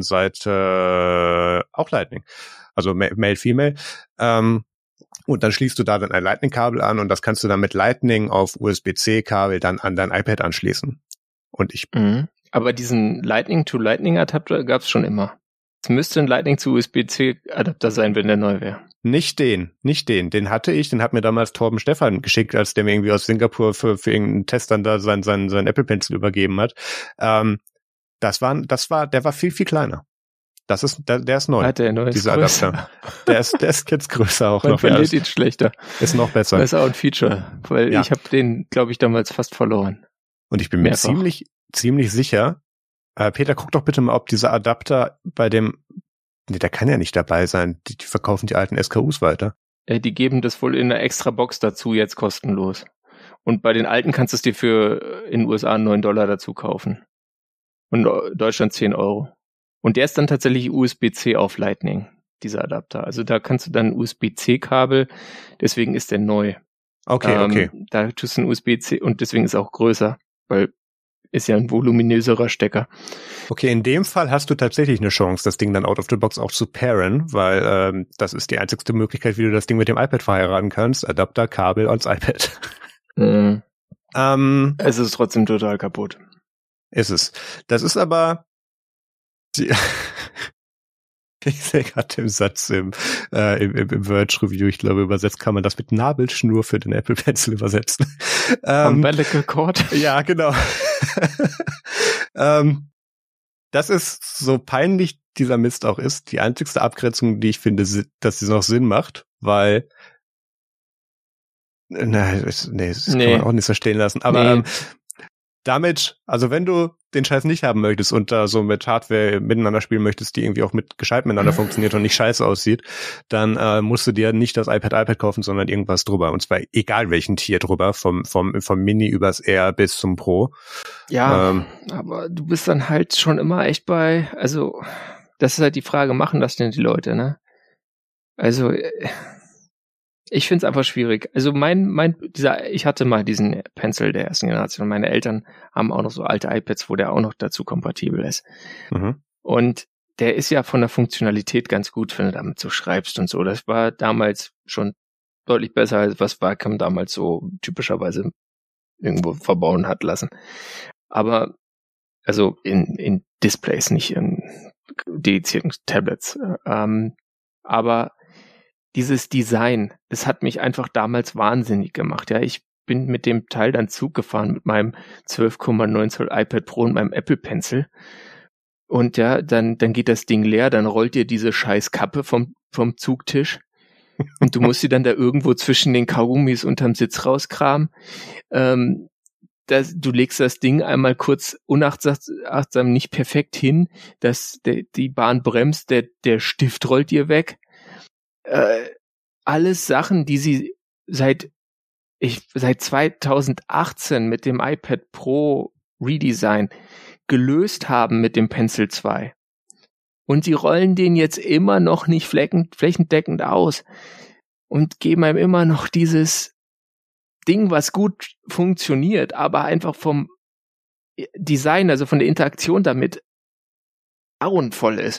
S2: Seite äh, auch Lightning. Also Male, Female. Ähm, und dann schließt du da dann ein Lightning-Kabel an und das kannst du dann mit Lightning auf U S B C-Kabel dann an dein iPad anschließen. Und ich.
S1: Mhm. Aber diesen Lightning-to-Lightning-Adapter gab's schon immer. Es müsste ein Lightning zu U S B C-Adapter sein, wenn der neu wäre.
S2: Nicht den, nicht den. Den hatte ich, den hat mir damals Torben Stephan geschickt, als der mir irgendwie aus Singapur für, für irgendeinen Test dann da sein, sein, sein Apple Pencil übergeben hat. Ähm, das war, das war, der war viel, viel kleiner. Das ist, der, der ist neu.
S1: Hat der neu
S2: dieser Adapter. Der ist, der ist jetzt größer auch Man noch. Man
S1: verliert ihn schlechter.
S2: Ist noch besser.
S1: Das ist auch ein Feature, weil ja. ich habe den, glaube ich, damals fast verloren.
S2: Und ich bin mir Mehrfach. ziemlich, ziemlich sicher, Äh, Peter, guck doch bitte mal, ob dieser Adapter bei dem, nee, der kann ja nicht dabei sein. Die, die verkaufen die alten S K Us weiter.
S1: Äh, die geben das wohl in einer extra Box dazu jetzt kostenlos. Und bei den alten kannst du es dir für in den U S A neun Dollar dazu kaufen. Und in Deutschland zehn Euro. Und der ist dann tatsächlich U S B C auf Lightning, dieser Adapter. Also da kannst du dann U S B C-Kabel, deswegen ist der neu.
S2: Okay, ähm, okay.
S1: Da tust du ein U S B C und deswegen ist er auch größer, weil ist ja ein voluminöserer Stecker.
S2: Okay, in dem Fall hast du tatsächlich eine Chance, das Ding dann out of the box auch zu pairen, weil ähm, das ist die einzigste Möglichkeit, wie du das Ding mit dem iPad verheiraten kannst. Adapter, Kabel ans iPad.
S1: Mhm.
S2: ähm,
S1: es ist trotzdem total kaputt.
S2: Ist es. Das ist aber die ich sehe gerade den Satz im, äh, im, im, im Verge-Review, ich glaube, übersetzt kann man das mit Nabelschnur für den Apple Pencil übersetzen.
S1: ähm, Umbilical Cord?
S2: Ja, genau. ähm, das ist, so peinlich dieser Mist auch ist, die einzigste Abgrenzung, die ich finde, dass sie noch Sinn macht, weil nein, das, nee, das nee. kann man auch nicht so stehen lassen, aber nee. ähm, damit, also wenn du den Scheiß nicht haben möchtest und da so mit Hardware miteinander spielen möchtest, die irgendwie auch mit gescheit miteinander funktioniert und nicht scheiße aussieht, dann äh, musst du dir nicht das iPad iPad kaufen, sondern irgendwas drüber. Und zwar egal welchen Tier drüber, vom vom vom Mini übers Air bis zum Pro.
S1: Ja, ähm, aber du bist dann halt schon immer echt bei, also das ist halt die Frage, machen das denn die Leute, ne? Also ich finde es einfach schwierig. Also mein, mein, dieser, ich hatte mal diesen Pencil der ersten Generation. Meine Eltern haben auch noch so alte iPads, wo der auch noch dazu kompatibel ist. Mhm. Und der ist ja von der Funktionalität ganz gut, wenn du damit so schreibst und so. Das war damals schon deutlich besser, als was Wacom damals so typischerweise irgendwo verbauen hat lassen. Aber, also in, in Displays, nicht in dedizierten Tablets. Ähm, aber dieses Design, das hat mich einfach damals wahnsinnig gemacht. Ja, ich bin mit dem Teil dann Zug gefahren mit meinem zwölf Komma neun Zoll iPad Pro und meinem Apple Pencil. Und ja, dann dann geht das Ding leer, dann rollt dir diese scheiß Kappe vom vom Zugtisch und du musst sie dann da irgendwo zwischen den Kaugummis unterm Sitz rauskramen. Ähm, das, du legst das Ding einmal kurz unachtsam nicht perfekt hin, dass der, die Bahn bremst, der der Stift rollt dir weg. Äh, alles Sachen, die sie seit ich seit zweitausendachtzehn mit dem iPad Pro Redesign gelöst haben mit dem Pencil zwei. Und sie rollen den jetzt immer noch nicht flächen, flächendeckend aus und geben einem immer noch dieses Ding, was gut funktioniert, aber einfach vom Design, also von der Interaktion damit grauenvoll ist.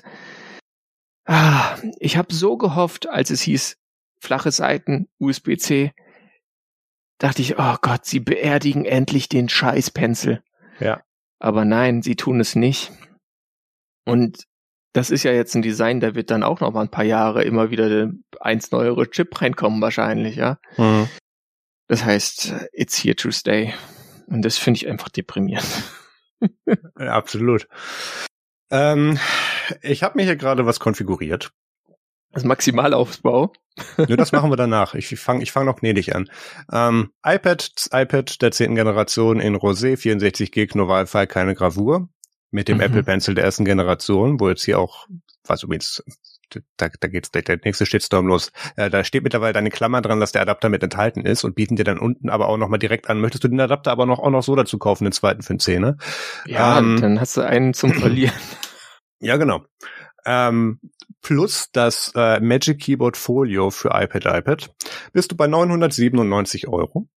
S1: Ah, ich habe so gehofft, als es hieß, flache Seiten, U S B C, dachte ich, oh Gott, sie beerdigen endlich den scheiß Pencil.
S2: Ja.
S1: Aber nein, sie tun es nicht. Und das ist ja jetzt ein Design, da wird dann auch noch mal ein paar Jahre immer wieder der eins neuere Chip reinkommen wahrscheinlich, ja. Mhm. Das heißt, it's here to stay. Und das finde ich einfach deprimierend.
S2: Ja, absolut. Ähm, ich habe mir hier gerade was konfiguriert.
S1: Das Maximalaufbau.
S2: Nö, das machen wir danach. Ich fange ich fang noch gnädig an. Ähm, iPad, das iPad der zehnten Generation in Rosé, vierundsechzig Gig, nur Wi-Fi, keine Gravur. Mit dem mhm. Apple Pencil der ersten Generation, wo jetzt hier auch, was übrigens, da, da geht's gleich der nächste Shitstorm los. Äh, da steht mittlerweile deine Klammer dran, dass der Adapter mit enthalten ist und bieten dir dann unten aber auch nochmal direkt an, möchtest du den Adapter aber noch auch noch so dazu kaufen, den zweiten für den Zehner?
S1: Ja, ähm, dann hast du einen zum Verlieren.
S2: Ja, genau. Ähm, plus das äh, Magic Keyboard Folio für iPad iPad bist du bei neunhundertsiebenundneunzig Euro.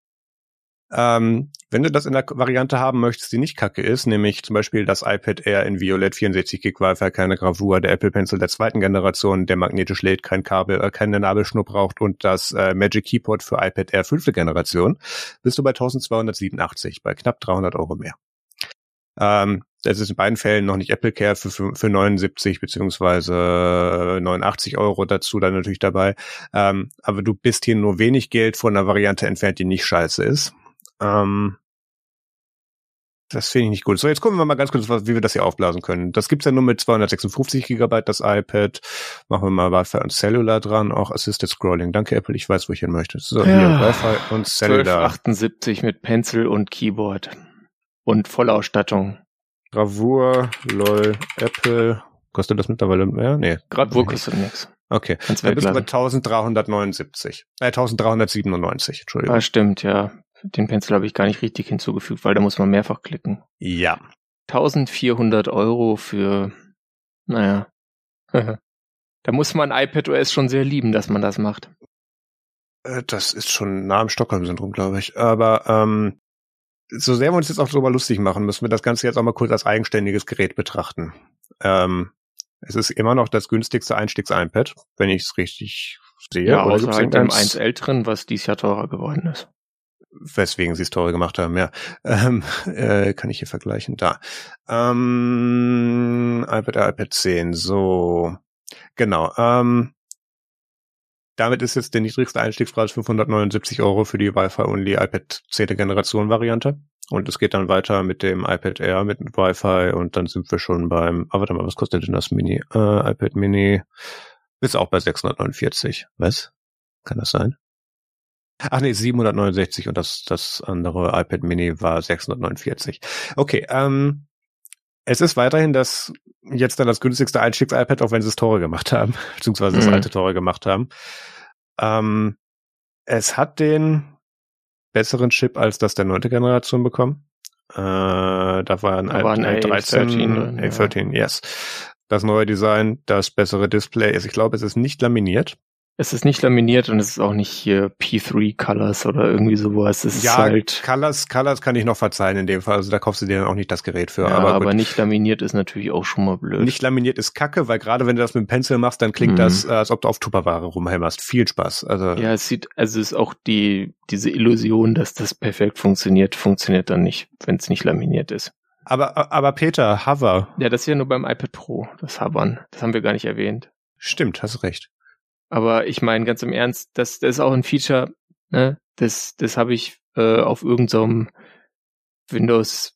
S2: Ähm, wenn du das in der Variante haben möchtest, die nicht kacke ist, nämlich zum Beispiel das iPad Air in Violett, vierundsechzig Gig Wi-Fi, keine Gravur, der Apple Pencil der zweiten Generation, der magnetisch lädt, kein Kabel, äh, keine Nabelschnur braucht und das äh, Magic Keyboard für iPad Air fünfte Generation, bist du bei eintausendzweihundertsiebenundachtzig, bei knapp dreihundert Euro mehr. Ähm, das ist in beiden Fällen noch nicht Apple Care für, für, für neunundsiebzig beziehungsweise neunundachtzig Euro dazu dann natürlich dabei. Ähm, aber du bist hier nur wenig Geld von einer Variante entfernt, die nicht scheiße ist. Ähm, das finde ich nicht gut. So, jetzt gucken wir mal ganz kurz, wie wir das hier aufblasen können. Das gibt's ja nur mit zweihundertsechsundfünfzig Gigabyte, das iPad. Machen wir mal Wi-Fi und Cellular dran, auch Assisted Scrolling. Danke, Apple, ich weiß, wo ich hin möchte. So,
S1: ja,
S2: hier, Wi-Fi und Cellular.
S1: zwölf achtundsiebzig mit Pencil und Keyboard. Und Vollausstattung.
S2: Gravur, lol, Apple. Kostet das mittlerweile mehr? Nee.
S1: Gravur kostet nichts.
S2: Okay. Dann bist du bei eintausenddreihundertneunundsiebzig. Äh, eintausenddreihundertsiebenundneunzig, Entschuldigung.
S1: Ah, stimmt, ja. Den Pencil habe ich gar nicht richtig hinzugefügt, weil da muss man mehrfach klicken.
S2: Ja.
S1: eintausendvierhundert Euro für, naja. Da muss man iPadOS schon sehr lieben, dass man das macht.
S2: Das ist schon nah am Stockholm-Syndrom, glaube ich. Aber, ähm, so sehr wir uns jetzt auch darüber lustig machen, müssen wir das Ganze jetzt auch mal kurz als eigenständiges Gerät betrachten. Ähm, es ist immer noch das günstigste Einstiegs-iPad, wenn ich es richtig sehe.
S1: Ja, außer halt dem eins älteren, was dieses Jahr teurer geworden ist.
S2: Weswegen sie es teurer gemacht haben, ja. Ähm, äh, kann ich hier vergleichen? Da. Ähm, iPad, iPad zehn, so. Genau. Ähm, damit ist jetzt der niedrigste Einstiegspreis fünfhundertneunundsiebzig Euro für die Wi-Fi-only iPad zehnte Generation Variante. Und es geht dann weiter mit dem iPad Air mit Wi-Fi und dann sind wir schon beim, ah, warte mal, was kostet denn das Mini? Äh, iPad Mini ist auch bei sechshundertneunundvierzig. Was? Kann das sein? Ach nee, siebenhundertneunundsechzig und das, das andere iPad Mini war sechshundertneunundvierzig. Okay, ähm, es ist weiterhin das, jetzt dann das günstigste Einstiegs-iPad, auch wenn sie es teurer gemacht haben, beziehungsweise das mhm. alte teurer gemacht haben. Ähm, es hat den besseren Chip als das der neunte Generation bekommen. Äh, da war ein,
S1: da war ein
S2: A dreizehn,
S1: A
S2: A dreizehn, ja. Yes. Das neue Design, das bessere Display ist, ich glaube, es ist nicht laminiert.
S1: Es ist nicht laminiert und es ist auch nicht hier P drei Colors oder irgendwie sowas. Es
S2: ja,
S1: ist halt
S2: Colors, Colors kann ich noch verzeihen in dem Fall. Also da kaufst du dir dann auch nicht das Gerät für.
S1: Ja,
S2: aber,
S1: aber nicht laminiert ist natürlich auch schon mal blöd.
S2: Nicht laminiert ist kacke, weil gerade wenn du das mit dem Pencil machst, dann klingt mhm. das, äh, als ob du auf Tupperware rumhämmerst. Viel Spaß. Also
S1: ja, es sieht, also es ist auch die diese Illusion, dass das perfekt funktioniert, funktioniert dann nicht, wenn es nicht laminiert ist.
S2: Aber, aber Peter, Hover.
S1: Ja, das ist ja nur beim iPad Pro, das Hovern. Das haben wir gar nicht erwähnt.
S2: Stimmt, hast recht.
S1: Aber ich meine ganz im Ernst, das, das ist auch ein Feature, ne? Das, das habe ich äh, auf irgendeinem Windows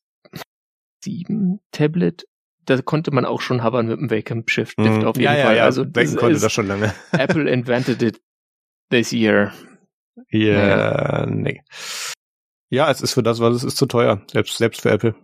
S1: sieben Tablet. Da konnte man auch schon hovern mit dem Wacom Shift Lift mm, auf jeden
S2: ja,
S1: Fall.
S2: Ja, ja,
S1: also
S2: das konnte das schon lange.
S1: Apple invented it this year.
S2: Ja, yeah, nee. Ja, es ist für das, was es ist, zu teuer. Selbst, selbst für Apple.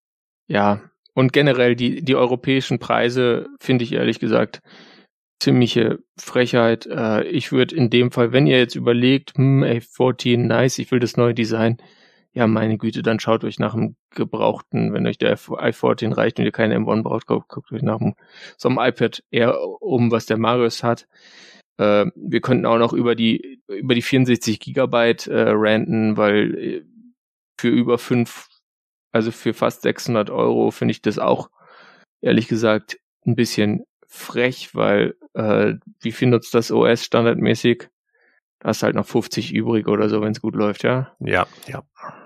S1: Ja, und generell die, die europäischen Preise finde ich ehrlich gesagt ziemliche Frechheit. Äh, ich würde in dem Fall, wenn ihr jetzt überlegt, hm, A vierzehn, nice, ich will das neue Design, ja, meine Güte, dann schaut euch nach einem gebrauchten, wenn euch der i vierzehn reicht und ihr keine M eins braucht, guckt, guckt euch nach einem, so einem iPad Air um, was der Marius hat. Äh, wir könnten auch noch über die über die vierundsechzig Gigabyte äh, ranten, weil für über fünf, also für fast sechshundert Euro finde ich das auch, ehrlich gesagt, ein bisschen frech, weil äh, wie viel nutzt das O S standardmäßig? Da hast halt noch fünfzig übrig oder so, wenn es gut läuft, ja?
S2: Ja, ja.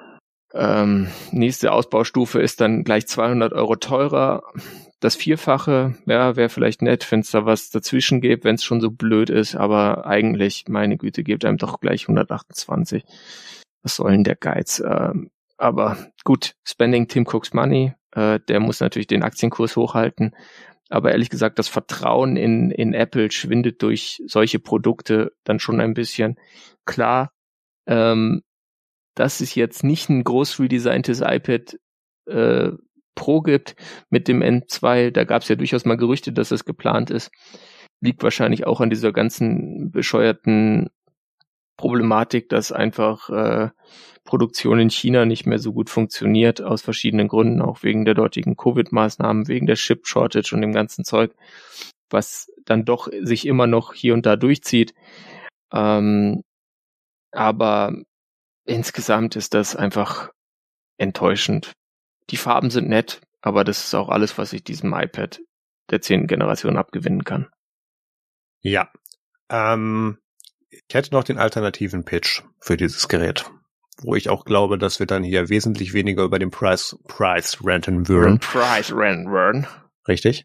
S1: Ähm, nächste Ausbaustufe ist dann gleich zweihundert Euro teurer. Das Vierfache, ja, wäre vielleicht nett, wenn es da was dazwischen gibt, wenn es schon so blöd ist, aber eigentlich, meine Güte, gebt einem doch gleich hundertachtundzwanzig. Was soll denn der Geiz? Ähm, aber gut, spending Tim Cook's money, äh, der muss natürlich den Aktienkurs hochhalten. Aber ehrlich gesagt, das Vertrauen in, in Apple schwindet durch solche Produkte dann schon ein bisschen. Klar, ähm, dass es jetzt nicht ein groß redesigntes iPad äh, Pro gibt mit dem N zwei, da gab es ja durchaus mal Gerüchte, dass das geplant ist. Liegt wahrscheinlich auch an dieser ganzen bescheuerten Problematik, dass einfach äh, Produktion in China nicht mehr so gut funktioniert, aus verschiedenen Gründen, auch wegen der dortigen Covid-Maßnahmen, wegen der Chip-Shortage und dem ganzen Zeug, was dann doch sich immer noch hier und da durchzieht. Ähm, aber insgesamt ist das einfach enttäuschend. Die Farben sind nett, aber das ist auch alles, was ich diesem iPad der zehnten Generation abgewinnen kann.
S2: Ja, ähm, ich hätte noch den alternativen Pitch für dieses Gerät, wo ich auch glaube, dass wir dann hier wesentlich weniger über den Preis, Preis renten würden.
S1: Preis renten würden.
S2: Richtig.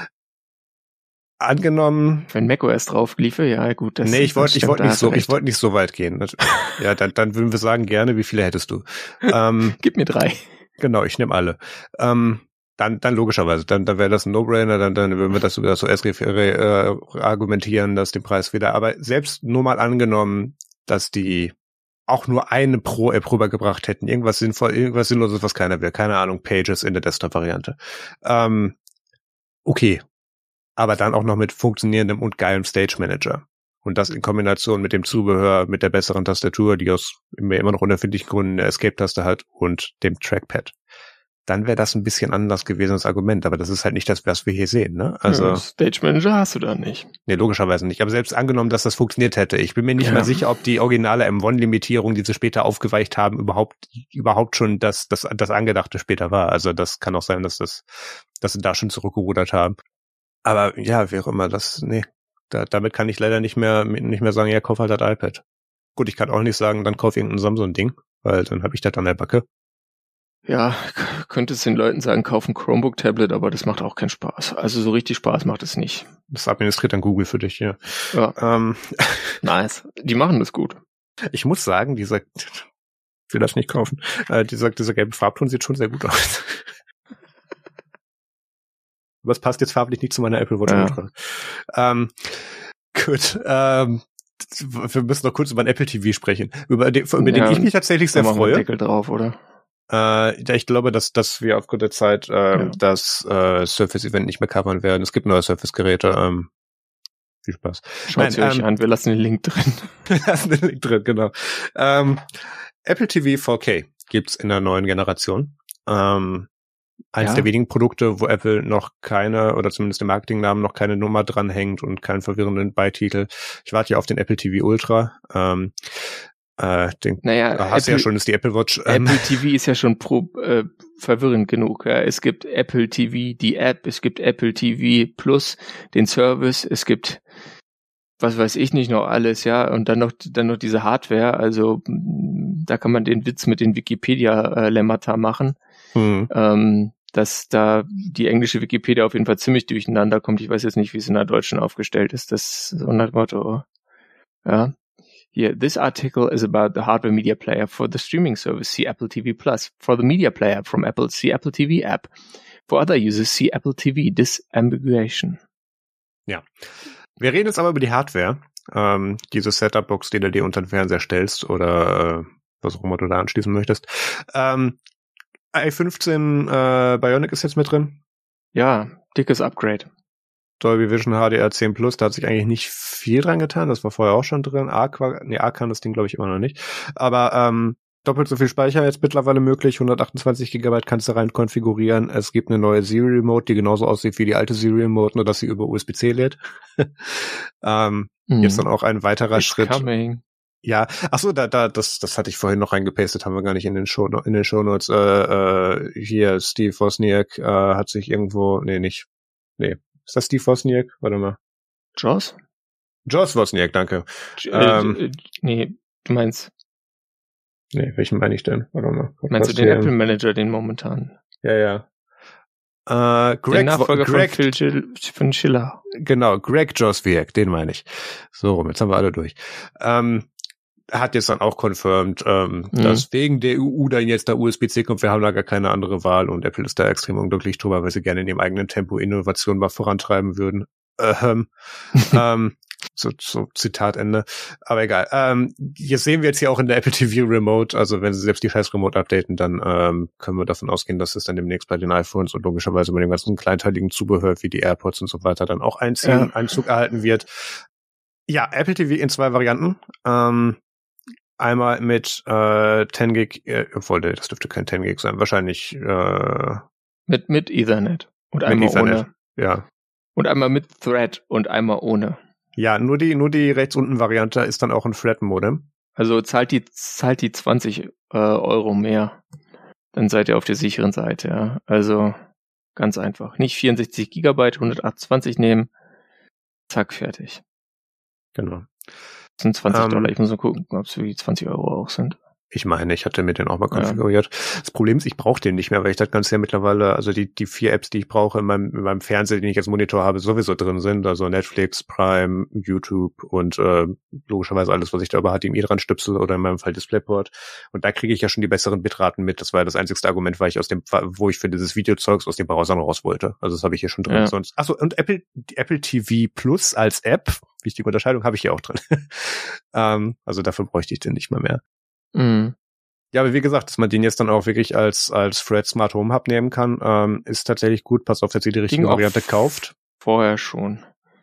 S2: Angenommen.
S1: Wenn macOS drauf liefe, ja gut. Das
S2: nee, ich wollte, ich wollte nicht so,
S1: recht.
S2: ich wollte nicht so weit gehen. Ja, dann, dann würden wir sagen gerne, wie viele hättest du? Ähm,
S1: Gib mir drei.
S2: Genau, ich nehme alle. Ähm, dann, dann logischerweise, dann, dann wäre das ein No-Brainer, dann, dann würden wir das über das O S äh, argumentieren, dass den Preis wieder. Aber selbst nur mal angenommen, dass die auch nur eine Pro-App rübergebracht hätten, irgendwas sinnvoll, irgendwas Sinnloses, was keiner will, keine Ahnung, Pages in der Desktop-Variante. Ähm, okay, aber dann auch noch mit funktionierendem und geilem Stage-Manager. Und das in Kombination mit dem Zubehör, mit der besseren Tastatur, die aus immer noch unerfindlichen Gründen eine Escape-Taste hat und dem Trackpad. Dann wäre das ein bisschen anders gewesen als Argument, aber das ist halt nicht das, was wir hier sehen, ne? Also
S1: ja, Stage Manager hast du da nicht.
S2: Nee, logischerweise nicht. Aber selbst angenommen, dass das funktioniert hätte, ich bin mir nicht
S1: ja.
S2: mal sicher, ob die originale M eins Limitierung, die sie später aufgeweicht haben, überhaupt überhaupt schon das das das Angedachte später war. Also das kann auch sein, dass das dass sie da schon zurückgerudert haben. Aber ja, wie auch immer, das nee, da, damit kann ich leider nicht mehr nicht mehr sagen, ja, kauf halt das iPad. Gut, ich kann auch nicht sagen, dann kauf irgendein Samsung-Ding, weil dann habe ich das an der Backe.
S1: Ja, könnte es den Leuten sagen, kauf ein Chromebook-Tablet, aber das macht auch keinen Spaß. Also so richtig Spaß macht es nicht.
S2: Das administriert dann Google für dich, ja.
S1: Ja.
S2: Ähm.
S1: Nice. Die machen das gut.
S2: Ich muss sagen, dieser, ich will das nicht kaufen, äh, dieser, dieser gelbe Farbton sieht schon sehr gut aus. Aber es passt jetzt farblich nicht zu meiner Apple Watch Ultra. Ja. Ähm, gut, ähm, wir müssen noch kurz über ein Apple T V sprechen, über den, über den ja, ich mich tatsächlich sehr freue.
S1: Deckel drauf, oder?
S2: Äh, ich glaube, dass, dass wir aufgrund der Zeit äh, ja. das äh, Surface-Event nicht mehr covern werden. Es gibt neue Surface-Geräte. Ähm, viel Spaß.
S1: Schaut sie euch ähm, an, wir lassen den Link drin.
S2: Wir lassen den Link drin, genau. Ähm, Apple T V vier K gibt's in der neuen Generation. Ähm, eines ja. der wenigen Produkte, wo Apple noch keine, oder zumindest im Marketingnamen noch keine Nummer dranhängt und keinen verwirrenden Beititel. Ich warte ja auf den Apple T V Ultra. Ähm, Äh, den
S1: naja,
S2: hast du ja schon, ist die Apple Watch. Ähm.
S1: Apple T V ist ja schon pro, äh, verwirrend genug. Ja. Es gibt Apple T V, die App, es gibt Apple T V Plus, den Service, es gibt, was weiß ich nicht noch alles, ja, und dann noch, dann noch diese Hardware. Also da kann man den Witz mit den Wikipedia-Lemmata machen, mhm. ähm, dass da die englische Wikipedia auf jeden Fall ziemlich durcheinander kommt. Ich weiß jetzt nicht, wie es in der deutschen aufgestellt ist. Das ist so ein Motto, ja. Here, this article is about the hardware media player for the streaming service, see Apple T V Plus. For the media player from Apple, see Apple T V app. For other users, see Apple T V Disambiguation.
S2: Ja. Wir reden jetzt aber über die Hardware. Ähm, diese Setup-Box, die du dir unter den Fernseher stellst oder äh, was auch immer du da anschließen möchtest. Ähm, i fünfzehn äh, Bionic ist jetzt mit drin.
S1: Ja, dickes Upgrade.
S2: Dolby Vision H D R zehn Plus, da hat sich eigentlich nicht viel dran getan, das war vorher auch schon drin. Arc war, nee, Arc kann das Ding glaube ich immer noch nicht. Aber ähm, doppelt so viel Speicher jetzt mittlerweile möglich, hundertachtundzwanzig Gigabyte kannst du rein konfigurieren. Es gibt eine neue Siri Remote, die genauso aussieht wie die alte Siri Remote, nur dass sie über U S B C lädt. ähm, mhm. Jetzt dann auch ein weiterer
S1: It's
S2: Schritt.
S1: Coming.
S2: Ja, ach so, da, da, das, das hatte ich vorhin noch reingepastet, haben wir gar nicht in den Show, in den Shownotes. Äh, äh, hier Steve Wozniak äh, hat sich irgendwo, nee, nicht, nee. Ist das Steve Wozniak? Warte mal.
S1: Joss?
S2: Joss Wozniak, danke.
S1: J- ähm, äh, nee, du meinst...
S2: Nee, welchen meine ich denn? Warte mal.
S1: Meinst du den Apple Manager, den momentan?
S2: Ja, ja. Äh, Greg,
S1: den Nachfolger
S2: Greg,
S1: von, Phil, von Schiller.
S2: Genau, Greg Wozniak, den meine ich. So rum, jetzt haben wir alle durch. Ähm, hat jetzt dann auch confirmed, ähm,
S1: Mhm.
S2: dass wegen der E U dann jetzt da U S B C kommt, wir haben da gar keine andere Wahl und Apple ist da extrem unglücklich drüber, weil sie gerne in ihrem eigenen Tempo Innovation mal vorantreiben würden. Ähm, ähm, so, so Zitat Ende. Aber egal. Ähm, jetzt sehen wir jetzt hier auch in der Apple T V Remote, also wenn sie selbst die scheiß Remote updaten, dann ähm, können wir davon ausgehen, dass es dann demnächst bei den iPhones und logischerweise bei dem ganzen kleinteiligen Zubehör wie die AirPods und so weiter dann auch einziehen,
S1: Ja.
S2: Einzug erhalten wird. Ja, Apple T V in zwei Varianten. Ähm, einmal mit äh, zehn Gig, äh, obwohl das dürfte kein zehn Gig sein, wahrscheinlich äh,
S1: Mit, mit Ethernet. Und
S2: mit
S1: einmal
S2: Ethernet.
S1: ohne.
S2: Ja.
S1: Und einmal mit Thread und einmal ohne.
S2: Ja, nur die, nur die rechts unten Variante ist dann auch ein Thread-Modem.
S1: Also zahlt die, zahlt die zwanzig äh, Euro mehr. Dann seid ihr auf der sicheren Seite, ja. Also ganz einfach. Nicht vierundsechzig Gigabyte, hundertachtundzwanzig nehmen. Zack, fertig.
S2: Genau.
S1: Das sind zwanzig
S2: Ähm,
S1: Dollar. Ich muss mal gucken, ob es wie zwanzig Euro auch sind.
S2: Ich meine, ich hatte mir den auch mal
S1: Ja.
S2: konfiguriert. Das Problem ist, ich brauche den nicht mehr, weil ich das Ganze ja mittlerweile, also die die vier Apps, die ich brauche in meinem, in meinem Fernseher, den ich als Monitor habe, sowieso drin sind. Also Netflix, Prime, YouTube und äh, logischerweise alles, was ich da über H D M I dran stüpsel oder in meinem Fall DisplayPort. Und da kriege ich ja schon die besseren Bitraten mit. Das war ja das einzigste Argument, weil ich aus dem, wo ich für dieses Videozeugs aus dem Browser raus wollte. Also das habe ich hier schon drin.
S1: Ja.
S2: Sonst, achso, und Apple, die Apple T V Plus als App, wichtige Unterscheidung, habe ich hier auch drin. ähm, also dafür bräuchte ich den nicht mal mehr.
S1: Mhm.
S2: Ja, aber wie gesagt, dass man den jetzt dann auch wirklich als als Thread Smart Home Hub nehmen kann, ähm, ist tatsächlich gut. Pass auf, dass ihr die richtige
S1: Ging auch
S2: Variante kauft.
S1: Vorher schon.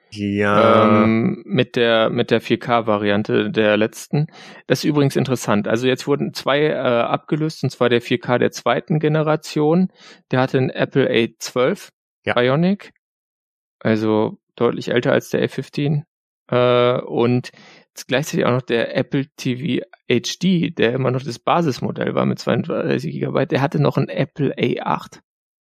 S2: Ja.
S1: Ähm, mit der mit der vier K-Variante der letzten. Das ist übrigens interessant. Also jetzt wurden zwei äh, abgelöst, und zwar der vier K der zweiten Generation. Der hatte einen Apple A zwölf
S2: Ja.
S1: Bionic, also deutlich älter als der A fünfzehn. Äh, und gleichzeitig auch noch der Apple T V H D, der immer noch das Basismodell war mit zweiunddreißig Gigabyte. Der hatte noch einen Apple A acht.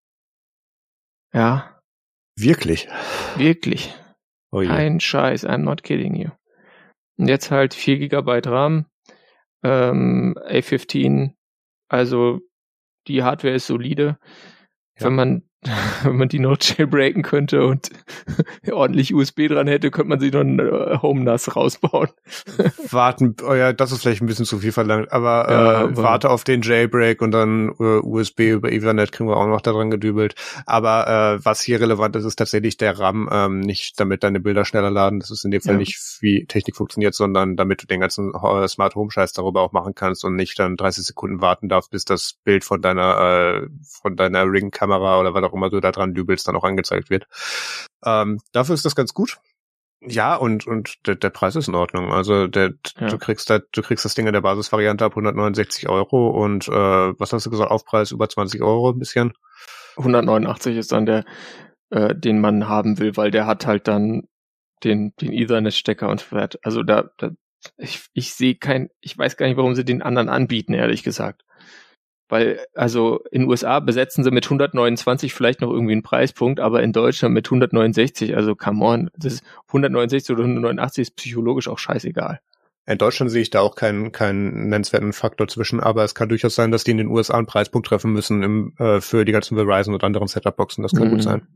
S1: Ja,
S2: Wirklich.
S1: wirklich.
S2: Oh je.
S1: Kein Scheiß, I'm not kidding you. Und jetzt halt vier Gigabyte RAM, ähm, A fünfzehn, also die Hardware ist solide.
S2: Ja.
S1: Wenn man wenn man die noch jailbreaken könnte und ordentlich U S B dran hätte, könnte man sich noch ein äh, Home N A S rausbauen.
S2: Warten, oh ja, das ist vielleicht ein bisschen zu viel verlangt, aber,
S1: Ja,
S2: äh,
S1: aber-
S2: warte auf den Jailbreak und dann äh, U S B über Ethernet kriegen wir auch noch da dran gedübelt. Aber äh, was hier relevant ist, ist tatsächlich der RAM, ähm, nicht damit deine Bilder schneller laden. Das ist in dem Fall
S1: Ja.
S2: nicht, wie Technik funktioniert, sondern damit du den ganzen äh, Smart Home Scheiß darüber auch machen kannst und nicht dann dreißig Sekunden warten darfst, bis das Bild von deiner äh, von deiner Ring-Kamera oder was auch immer du da dran dübelst, dann auch angezeigt wird. Ähm, dafür ist das ganz gut. Ja, und und der, der Preis ist in Ordnung. Also der,
S1: Ja.
S2: du kriegst da, du kriegst das Ding in der Basisvariante ab hundertneunundsechzig Euro und äh, was hast du gesagt, Aufpreis über zwanzig Euro ein bisschen.
S1: hundertneunundachtzig ist dann der, äh, den man haben will, weil der hat halt dann den den Ethernet-Stecker und Thread. Also da, da ich ich sehe kein, ich weiß gar nicht, warum sie den anderen anbieten, ehrlich gesagt. Weil, also in den U S A besetzen sie mit hundertneunundzwanzig vielleicht noch irgendwie einen Preispunkt, aber in Deutschland mit hundertneunundsechzig, also come on, das ist hundertneunundsechzig oder hundertneunundachtzig ist psychologisch auch scheißegal.
S2: In Deutschland sehe ich da auch keinen keinen nennenswerten Faktor zwischen, aber es kann durchaus sein, dass die in den U S A einen Preispunkt treffen müssen im, äh, für die ganzen Verizon und anderen Setup-Boxen. Das kann
S1: Mhm.
S2: gut sein.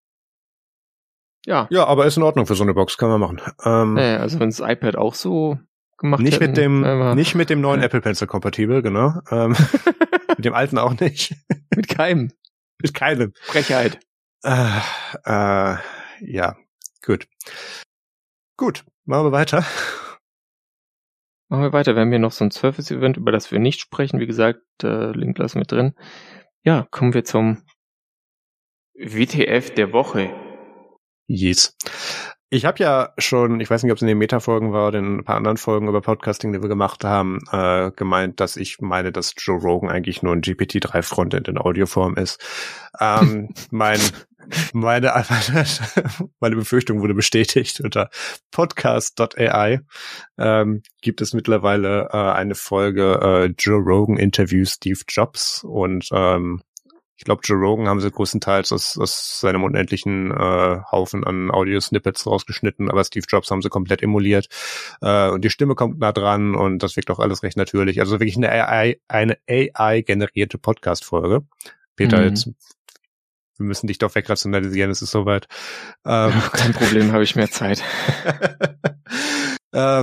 S1: Ja,
S2: Ja, aber ist in Ordnung für so eine Box, kann man machen. Ähm,
S1: naja, also wenn das iPad auch so gemacht
S2: nicht
S1: hätten,
S2: mit dem,
S1: aber
S2: nicht mit dem neuen
S1: Ja.
S2: Apple Pencil kompatibel, genau. Ähm, mit dem alten auch nicht.
S1: mit keinem.
S2: Mit keinem.
S1: Frechheit.
S2: Äh, äh, ja, gut. Gut, machen wir weiter.
S1: Machen wir weiter. Wir haben hier noch so ein Surface-Event, über das wir nicht sprechen. Wie gesagt, äh, Link lassen wir drin. Ja, kommen wir zum W T F der Woche.
S2: Yes. Ich habe ja schon, ich weiß nicht, ob es in den Meta-Folgen war oder in ein paar anderen Folgen über Podcasting, die wir gemacht haben, äh, gemeint, dass ich meine, dass Joe Rogan eigentlich nur ein G P T drei Frontend in Audioform ist. Ähm, mein, meine, meine Befürchtung wurde bestätigt. Unter podcast Punkt A I ähm, gibt es mittlerweile äh, eine Folge äh, Joe Rogan Interviews Steve Jobs und ähm, ich glaube, Joe Rogan haben sie größtenteils aus, aus seinem unendlichen äh, Haufen an Audio-Snippets rausgeschnitten, aber Steve Jobs haben sie komplett emuliert. Äh, und die Stimme kommt nah dran und das wirkt auch alles recht natürlich. Also wirklich eine A I, eine A I-generierte Podcast-Folge. Peter,
S1: Mhm.
S2: jetzt, wir müssen dich doch wegrationalisieren, es ist soweit. Ähm,
S1: Ja, kein Problem, habe ich mehr Zeit.
S2: ähm,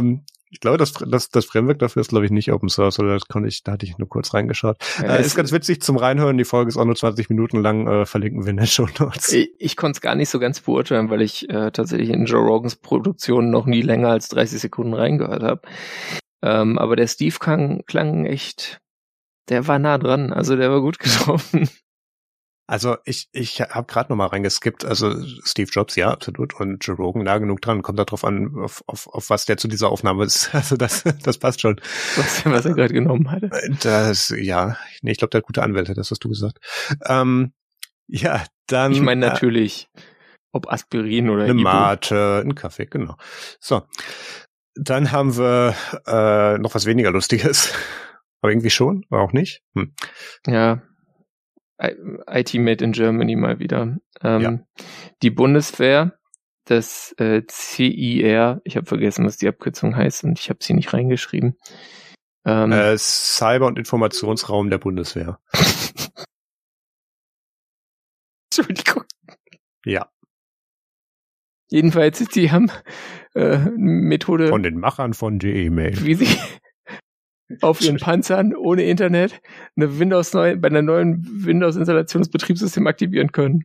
S2: Ich glaube, das, das, das Framework dafür ist, glaube ich, nicht Open Source, oder das konnte ich, da hatte ich nur kurz reingeschaut. Ja, äh, ist ganz witzig zum Reinhören, die Folge ist auch nur zwanzig Minuten lang, äh, verlinken wir in den Shownotes.
S1: Ich, ich konnte es gar nicht so ganz beurteilen, weil ich äh, tatsächlich in Joe Rogans Produktion noch nie länger als dreißig Sekunden reingehört habe. Ähm, aber der Steve klang, klang echt, der war nah dran, also der war gut getroffen.
S2: Also ich ich habe gerade noch mal reingeskippt, also Steve Jobs, ja, absolut, und Joe Rogan nah genug dran, kommt darauf an, auf, auf, auf was der zu dieser Aufnahme ist, also das das passt schon.
S1: Was, was er gerade genommen hatte.
S2: Das, ja, nee, ich glaube, der hat gute Anwälte, das hast du gesagt. Ähm, ja, dann...
S1: Ich meine natürlich, äh, ob Aspirin oder
S2: eine
S1: Ibu.
S2: Mate, ein Kaffee, genau. So, dann haben wir äh, noch was weniger Lustiges, aber irgendwie schon, aber auch nicht. Hm.
S1: Ja, I T Made in Germany mal wieder. Ähm,
S2: Ja.
S1: Die Bundeswehr, das äh, C I R, ich habe vergessen, was die Abkürzung heißt und ich habe sie nicht reingeschrieben. Ähm,
S2: Äh, Cyber- und Informationsraum der Bundeswehr.
S1: Entschuldigung.
S2: Ja.
S1: Jedenfalls, die haben äh, eine Methode,
S2: Von den Machern von Gmail.
S1: wie sie auf ihren Panzern ohne Internet eine Windows neu, bei einer neuen Windows-Installation das Betriebssystem aktivieren können.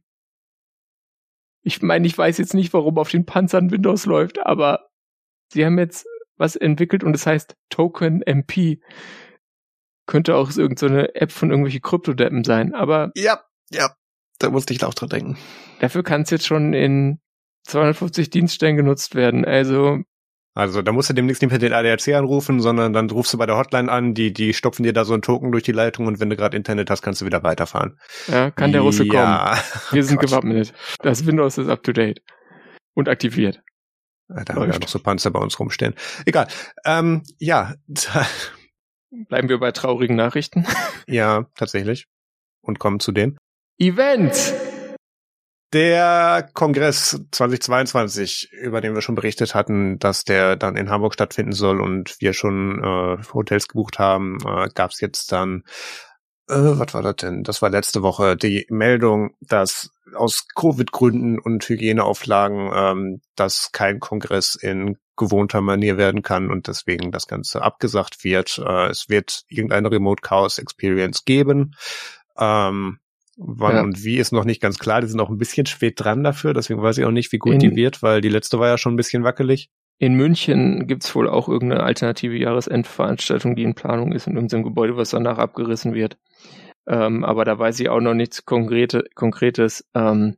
S1: Ich meine, ich weiß jetzt nicht, warum auf den Panzern Windows läuft, aber sie haben jetzt was entwickelt und es heißt Token M P. Könnte auch irgendeine so App von irgendwelchen Kryptodeppen sein, aber
S2: Ja, ja, da musste ich auch dran denken.
S1: Dafür kann es jetzt schon in zweihundertfünfzig Dienststellen genutzt werden, also
S2: Also da musst du demnächst nicht mehr den A D A C anrufen, sondern dann rufst du bei der Hotline an, die die stopfen dir da so einen Token durch die Leitung und wenn du gerade Internet hast, kannst du wieder weiterfahren.
S1: Ja, kann der Russe
S2: ja.
S1: kommen. Wir sind
S2: Gott.
S1: gewappnet. Das Windows ist up to date. Und aktiviert.
S2: Da haben wir ja noch so Panzer bei uns rumstehen. Egal. Ähm, ja.
S1: Bleiben wir bei traurigen Nachrichten.
S2: Ja, tatsächlich. Und kommen zu denen.
S1: Events!
S2: Der Kongress zweitausendzweiundzwanzig, über den wir schon berichtet hatten, dass der dann in Hamburg stattfinden soll und wir schon äh, Hotels gebucht haben, äh, gab es jetzt dann, äh, was war das denn? Das war letzte Woche die Meldung, dass aus Covid-Gründen und Hygieneauflagen ähm, dass kein Kongress in gewohnter Manier werden kann und deswegen das Ganze abgesagt wird. Äh, es wird irgendeine Remote Chaos Experience geben. Ähm, Wann ja. und wie ist noch nicht ganz klar. Die sind auch ein bisschen spät dran dafür, deswegen weiß ich auch nicht, wie gut in, die wird, weil die letzte war ja schon ein bisschen wackelig.
S1: In München gibt's wohl auch irgendeine alternative Jahresendveranstaltung, die in Planung ist in irgendeinem Gebäude, was danach abgerissen wird. Ähm, aber da weiß ich auch noch nichts Konkrete, Konkretes. Ähm,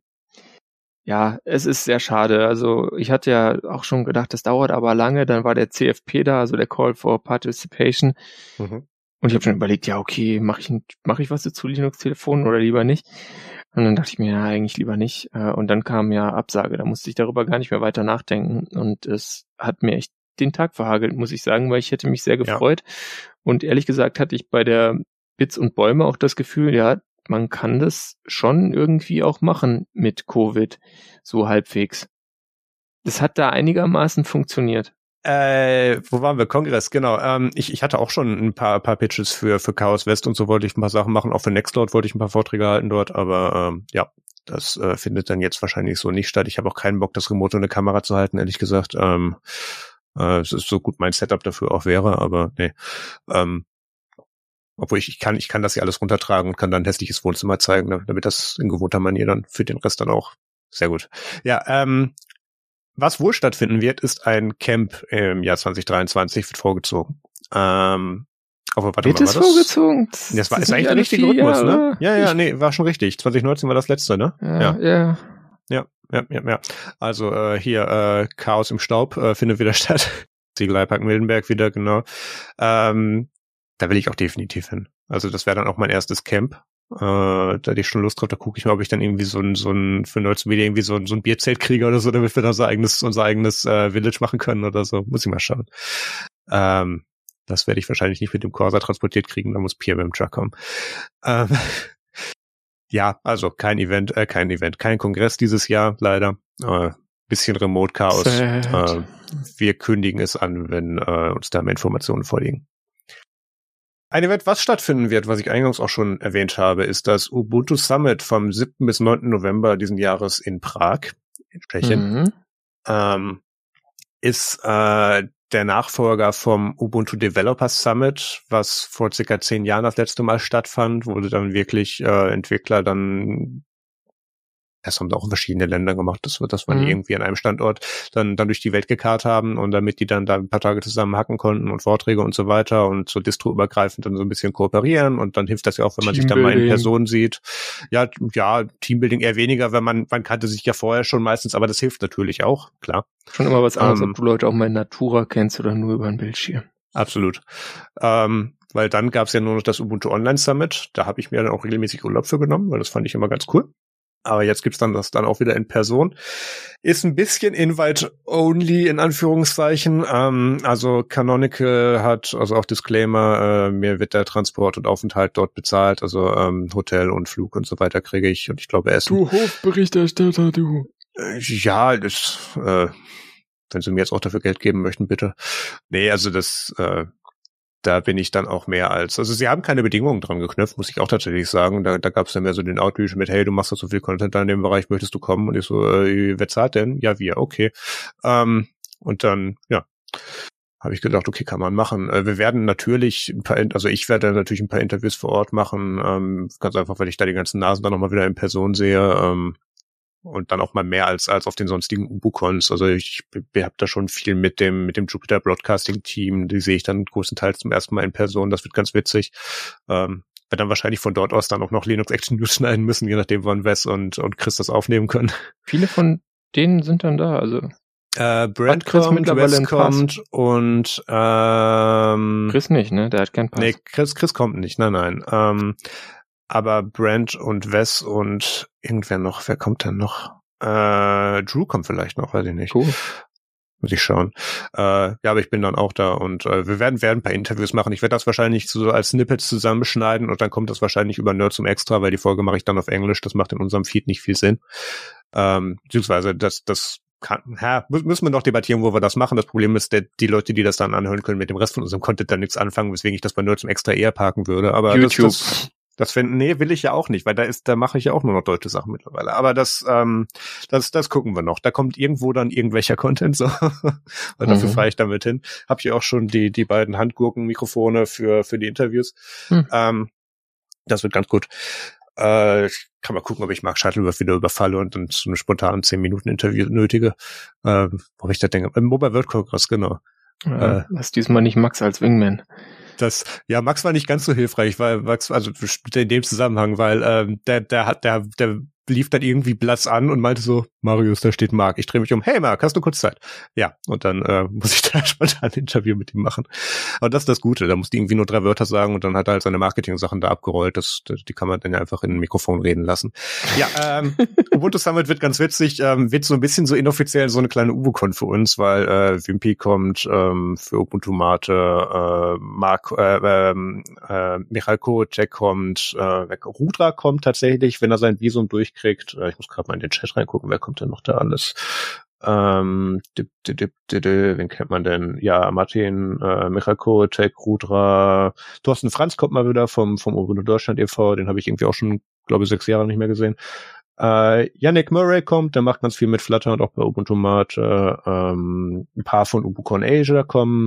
S1: ja, es ist sehr schade. Also ich hatte ja auch schon gedacht, das dauert aber lange. Dann war der C F P da, also der Call for Participation. Mhm. Und ich habe schon überlegt, ja, okay, mache ich mach ich was zu Linux-Telefonen oder lieber nicht? Und dann dachte ich mir, ja, eigentlich lieber nicht. Und dann kam ja Absage, da musste ich darüber gar nicht mehr weiter nachdenken. Und es hat mir echt den Tag verhagelt, muss ich sagen, weil ich hätte mich sehr gefreut. Ja. Und ehrlich gesagt hatte ich bei der Bits und Bäume auch das Gefühl, ja, man kann das schon irgendwie auch machen mit Covid, so halbwegs. Das hat da einigermaßen funktioniert.
S2: Äh, wo waren wir? Kongress, genau. Ähm, ich, ich hatte auch schon ein paar, paar Pitches für, für Chaos West und so wollte ich ein paar Sachen machen. Auch für Nextcloud wollte ich ein paar Vorträge halten dort, aber ähm, ja, das äh, findet dann jetzt wahrscheinlich so nicht statt. Ich habe auch keinen Bock, das Remote und eine Kamera zu halten, ehrlich gesagt. Ähm, äh, es ist so gut mein Setup dafür auch wäre, aber nee. Ähm, obwohl ich, ich kann, ich kann das ja alles runtertragen und kann dann ein hässliches Wohnzimmer zeigen, damit das in gewohnter Manier dann für den Rest dann auch sehr gut. Ja, ähm, was wohl stattfinden wird, ist ein Camp im Jahr zwanzig dreiundzwanzig, wird vorgezogen. Ähm, aber warte
S1: wird
S2: mal,
S1: es
S2: war das?
S1: vorgezogen?
S2: Das, das war ist eigentlich der richtige Rhythmus, Jahre. ne? Ja, ja, nee, war schon richtig. zwanzig neunzehn war das letzte, ne?
S1: Ja, ja. Ja,
S2: ja, ja, ja. ja. Also äh, hier, äh, Chaos im Staub äh, findet wieder statt. Ziegeleipark Mildenberg wieder, genau. Ähm, da will ich auch definitiv hin. Also das wäre dann auch mein erstes Camp. Äh, da hätte ich schon Lust drauf, da gucke ich mal, ob ich dann irgendwie so ein, so ein, für Nerds Media irgendwie so ein, so ein Bierzelt kriege oder so, damit wir dann unser eigenes, unser eigenes äh, Village machen können oder so. Muss ich mal schauen. Ähm, das werde ich wahrscheinlich nicht mit dem Corsa transportiert kriegen, da muss Pierre mit dem Truck kommen. Ähm, ja, also kein Event, äh, kein Event, kein Kongress dieses Jahr, leider. Äh, bisschen Remote-Chaos. Äh, wir kündigen es an, wenn äh, uns da mehr Informationen vorliegen. Ein Event, was stattfinden wird, was ich eingangs auch schon erwähnt habe, ist das Ubuntu Summit vom siebten bis neunten November diesen Jahres in Prag, in Tschechien. Mhm. Ähm, ist äh, der Nachfolger vom Ubuntu Developers Summit, was vor circa zehn Jahren das letzte Mal stattfand, wurde dann wirklich äh, Entwickler dann, das haben sie auch in verschiedenen Ländern gemacht, das wird, dass man
S1: Mhm.
S2: irgendwie an einem Standort dann dann durch die Welt gekarrt haben und damit die dann da ein paar Tage zusammen hacken konnten und Vorträge und so weiter und so distroübergreifend dann so ein bisschen kooperieren und dann hilft das ja auch, wenn man sich dann mal in Person sieht. Ja, ja, Teambuilding eher weniger, wenn man, man kannte sich ja vorher schon meistens, aber das hilft natürlich auch, klar.
S1: Schon immer was anderes,
S2: Ähm,
S1: ob du Leute auch mal in Natura kennst oder nur über ein Bildschirm.
S2: Absolut. Ähm, weil dann gab's ja nur noch das Ubuntu Online Summit, da habe ich mir dann auch regelmäßig Urlaub für genommen, weil das fand ich immer ganz cool. Aber jetzt gibt's dann das dann auch wieder in Person. Ist ein bisschen Invite-only in Anführungszeichen. Ähm, also Canonical hat, also auch Disclaimer, äh, mir wird der Transport und Aufenthalt dort bezahlt. Also ähm, Hotel und Flug und so weiter kriege ich. Und ich glaube Essen.
S1: Du Hofberichterstatter, du.
S2: Äh, ja, das, äh, wenn Sie mir jetzt auch dafür Geld geben möchten, bitte. Nee, also das, äh, da bin ich dann auch mehr als, also sie haben keine Bedingungen dran geknüpft, muss ich auch tatsächlich sagen. Da, da gab es dann mehr so den Outreach mit, hey, du machst doch so viel Content da in dem Bereich, möchtest du kommen? Und ich so, äh, wer zahlt denn? Ja, wir, okay. Ähm, und dann, ja, habe ich gedacht, okay, kann man machen. Äh, wir werden natürlich ein paar, also ich werde natürlich ein paar Interviews vor Ort machen, ähm, ganz einfach, weil ich da die ganzen Nasen dann nochmal wieder in Person sehe, ähm, und dann auch mal mehr als als auf den sonstigen UbuCons. Also ich, ich habe da schon viel mit dem mit dem Jupyter Broadcasting Team, die sehe ich dann größtenteils zum ersten Mal in Person, das wird ganz witzig. Ähm, werde dann wahrscheinlich von dort aus dann auch noch Linux Action News schneiden müssen, je nachdem wann Wes und und Chris das aufnehmen können.
S1: Viele von denen sind dann da, also
S2: Äh, Brent
S1: Chris
S2: kommt,
S1: mittlerweile
S2: Wes
S1: einen Pass?
S2: kommt und ähm,
S1: Chris nicht, ne? Der hat keinen Pass.
S2: nee, Chris Chris kommt nicht, nein, nein. Ähm, aber Brent und Wes und irgendwer noch, wer kommt denn noch? Äh, Drew kommt vielleicht noch, weiß ich nicht.
S1: Cool.
S2: Muss ich schauen. Äh, ja, aber ich bin dann auch da und äh, wir werden werden ein paar Interviews machen. Ich werde das wahrscheinlich so als Snippets zusammenschneiden und dann kommt das wahrscheinlich über Nerds zum Extra, weil die Folge mache ich dann auf Englisch. Das macht in unserem Feed nicht viel Sinn. Ähm, beziehungsweise das, das kann, ja, müssen wir noch debattieren, wo wir das machen. Das Problem ist, der, die Leute, die das dann anhören können, mit dem Rest von unserem Content dann nichts anfangen, weswegen ich das bei Nerds zum Extra eher parken würde. Aber
S1: YouTube.
S2: Das, das, Das finden, nee, will ich ja auch nicht, weil da ist, da mache ich ja auch nur noch deutsche Sachen mittlerweile. Aber das, ähm, das, das gucken wir noch. Da kommt irgendwo dann irgendwelcher Content, so. Weil dafür
S1: Mhm.
S2: fahre ich damit hin. Hab hier auch schon die, die beiden Handgurken-Mikrofone für, für die Interviews.
S1: Hm.
S2: Ähm, das wird ganz gut. Äh, ich kann mal gucken, ob ich Mark Shuttleworth wieder überfalle und dann so eine spontane zehn Minuten Interview nötige. Ähm, wo ich da denke, im Mobile World Congress, genau.
S1: Ja,
S2: Äh,
S1: das ist diesmal nicht Max als Wingman.
S2: Das, ja, Max war nicht ganz so hilfreich, weil Max, also in dem Zusammenhang, weil ähm, der, der hat, der, der lief dann irgendwie blass an und meinte so, Marius, da steht Marc. Ich drehe mich um, hey Marc, hast du kurz Zeit? Ja, und dann äh, muss ich da spontan ein Interview mit ihm machen. Aber das ist das Gute, da musste irgendwie nur drei Wörter sagen und dann hat er halt seine Marketing-Sachen da abgerollt. Das, die kann man dann ja einfach in ein Mikrofon reden lassen. Ja, ähm, Ubuntu Summit wird ganz witzig, ähm, wird so ein bisschen so inoffiziell so eine kleine UbuCon für uns, weil äh, Wimpy kommt ähm, für Ubuntu Mate, äh, Marc, äh, äh, Michael Kowacek kommt, äh, Rudra kommt tatsächlich, wenn er sein Visum durchkriegt. Äh, ich muss gerade mal in den Chat reingucken, wer kommt denn noch da alles? Ähm, dip, dip, dip, dip, dip, wen kennt man denn? Ja, Martin, äh, Michael Kowacek, Rudra, Thorsten Franz kommt mal wieder vom vom Ubuntu Deutschland e V, den habe ich irgendwie auch schon, glaube ich, sechs Jahre nicht mehr gesehen. Äh, Yannick Murray kommt, der macht ganz viel mit Flutter und auch bei Ubuntu Mate. Ähm, ein paar von UbuCon Asia kommen.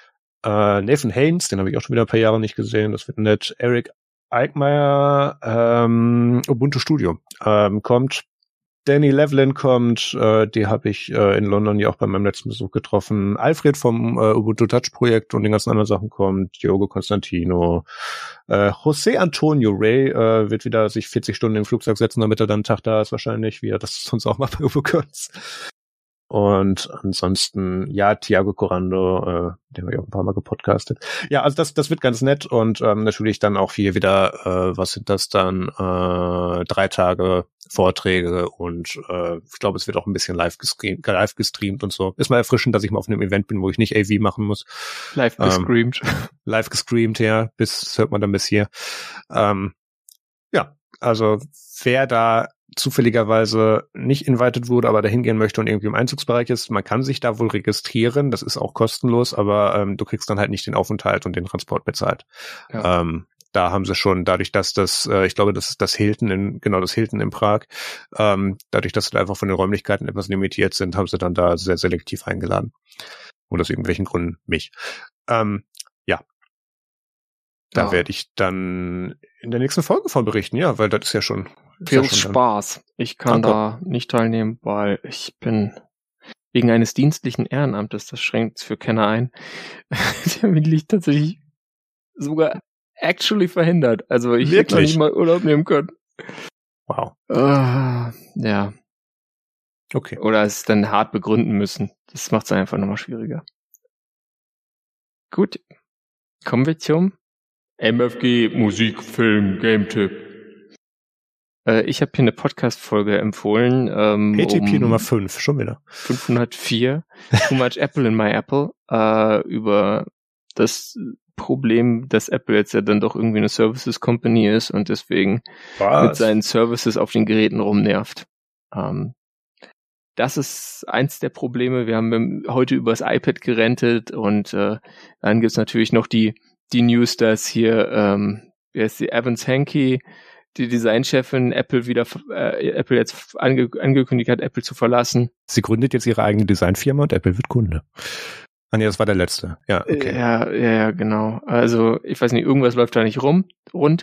S2: Äh, Nathan Haynes, den habe ich auch schon wieder ein paar Jahre nicht gesehen, das wird nett. Eric Eickmeyer, ähm, Ubuntu Studio ähm, kommt. Danny Levlin kommt, äh, die habe ich äh, in London ja auch bei meinem letzten Besuch getroffen. Alfred vom äh, Ubuntu Touch Projekt und den ganzen anderen Sachen kommt. Diogo Constantino. Äh, José Antonio Ray äh, wird wieder sich vierzig Stunden in den Flugzeug setzen, damit er dann einen Tag da ist wahrscheinlich, wie er das sonst auch mal bei UbuCons. Und ansonsten, ja, Thiago Corando, äh, den habe ich auch ein paar Mal gepodcastet. Ja, also das das wird ganz nett und ähm, natürlich dann auch hier wieder, äh, was sind das dann, äh, drei Tage Vorträge und äh, ich glaube, es wird auch ein bisschen live gestreamt, live gestreamt und so. Ist mal erfrischend, dass ich mal auf einem Event bin, wo ich nicht A V machen muss.
S1: Live gestreamt.
S2: Ähm, live gestreamt, ja, bis das hört man dann bis hier. Ähm, ja, also wer da zufälligerweise nicht invited wurde, aber dahin gehen möchte und irgendwie im Einzugsbereich ist, man kann sich da wohl registrieren, das ist auch kostenlos, aber ähm, du kriegst dann halt nicht den Aufenthalt und den Transport bezahlt. Ja. Ähm, da haben sie schon, dadurch, dass das, äh, ich glaube, das ist das Hilton in, genau, das Hilton in Prag, ähm, dadurch, dass sie da einfach von den Räumlichkeiten etwas limitiert sind, haben sie dann da sehr selektiv eingeladen. Und aus irgendwelchen Gründen mich. Ähm, ja. Da
S1: ja.
S2: werde ich dann in der nächsten Folge von berichten, ja, weil das ist ja schon...
S1: Viel
S2: ja schon
S1: Spaß. Ich kann
S2: Danke.
S1: da nicht teilnehmen, weil ich bin wegen eines dienstlichen Ehrenamtes, das schränkt für Kenner ein, der liegt tatsächlich sogar actually verhindert. Also ich hätte noch nicht mal Urlaub nehmen können.
S2: Wow.
S1: Uh, ja.
S2: Okay.
S1: Oder es dann hart begründen müssen. Das macht es einfach nochmal schwieriger. Gut. Kommen wir zum M F G Musik, Film, Game-Tipp. Äh, ich habe hier eine Podcast-Folge empfohlen. Ähm,
S2: A T P
S1: um
S2: Nummer fünf, schon wieder.
S1: fünfhundertvier. Too much Apple in my Apple. Äh, über das Problem, dass Apple jetzt ja dann doch irgendwie eine Services Company ist und deswegen
S2: Was?
S1: mit seinen Services auf den Geräten rumnervt. Ähm, das ist eins der Probleme. Wir haben heute über das iPad gerentet und äh, dann gibt's natürlich noch die die News, dass hier ähm, wer ist die Evans Hankey, die Designchefin, Apple wieder äh, Apple jetzt ange, angekündigt hat, Apple zu verlassen.
S2: Sie gründet jetzt ihre eigene Designfirma und Apple wird Kunde. Ah nee, das war der letzte. Ja, okay.
S1: Ja, ja, ja, genau. Also, ich weiß nicht, irgendwas läuft da nicht rum, rund.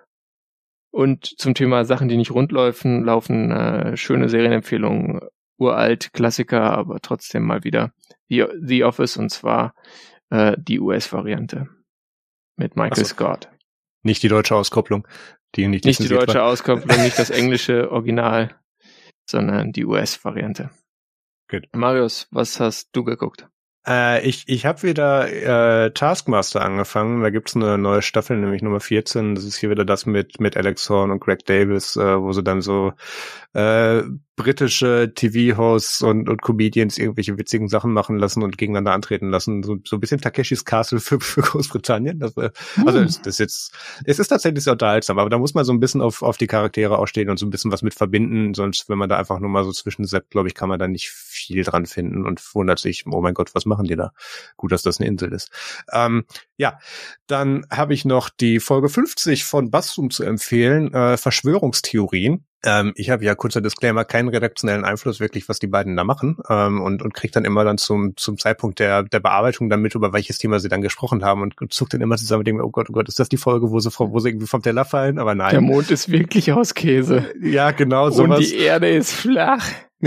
S1: Und zum Thema Sachen, die nicht rund laufen, laufen äh, schöne Serienempfehlungen, uralt, Klassiker, aber trotzdem mal wieder The, The Office, und zwar äh, die U S-Variante mit Michael
S2: so.
S1: Scott.
S2: Nicht die deutsche Auskopplung. Die nicht
S1: nicht die deutsche
S2: war.
S1: Auskopplung, nicht das englische Original, sondern die U S-Variante.
S2: Good.
S1: Marius, was hast du geguckt?
S2: Äh, ich ich habe wieder äh, Taskmaster angefangen. Da gibt's eine neue Staffel, nämlich Nummer vierzehn. Das ist hier wieder das mit mit Alex Horn und Greg Davis, äh, wo sie dann so äh, britische T V-Hosts und und Comedians irgendwelche witzigen Sachen machen lassen und gegeneinander antreten lassen. So so ein bisschen Takeshis Castle für für Großbritannien. Das, äh, hm. Also das, das jetzt es ist tatsächlich sehr unterhaltsam, aber da muss man so ein bisschen auf auf die Charaktere ausstehen und so ein bisschen was mit verbinden. Sonst, wenn man da einfach nur mal so zwischensetzt, glaube ich, kann man da nicht viel dran finden und wundert sich, oh mein Gott, was machen die da? Gut, dass das eine Insel ist. Ähm, ja, dann habe ich noch die Folge fünfzig von Basszoom zu empfehlen, äh, Verschwörungstheorien. Ähm, ich habe ja, kurzer Disclaimer, keinen redaktionellen Einfluss wirklich, was die beiden da machen, ähm, und und krieg dann immer dann zum zum Zeitpunkt der der Bearbeitung dann mit, über welches Thema sie dann gesprochen haben und zuckt dann immer zusammen und denke mir, oh Gott, oh Gott, ist das die Folge, wo sie wo sie irgendwie vom Teller fallen? Aber nein.
S1: Der Mond ist wirklich aus Käse.
S2: Ja, genau, sowas.
S1: Und die Erde ist flach.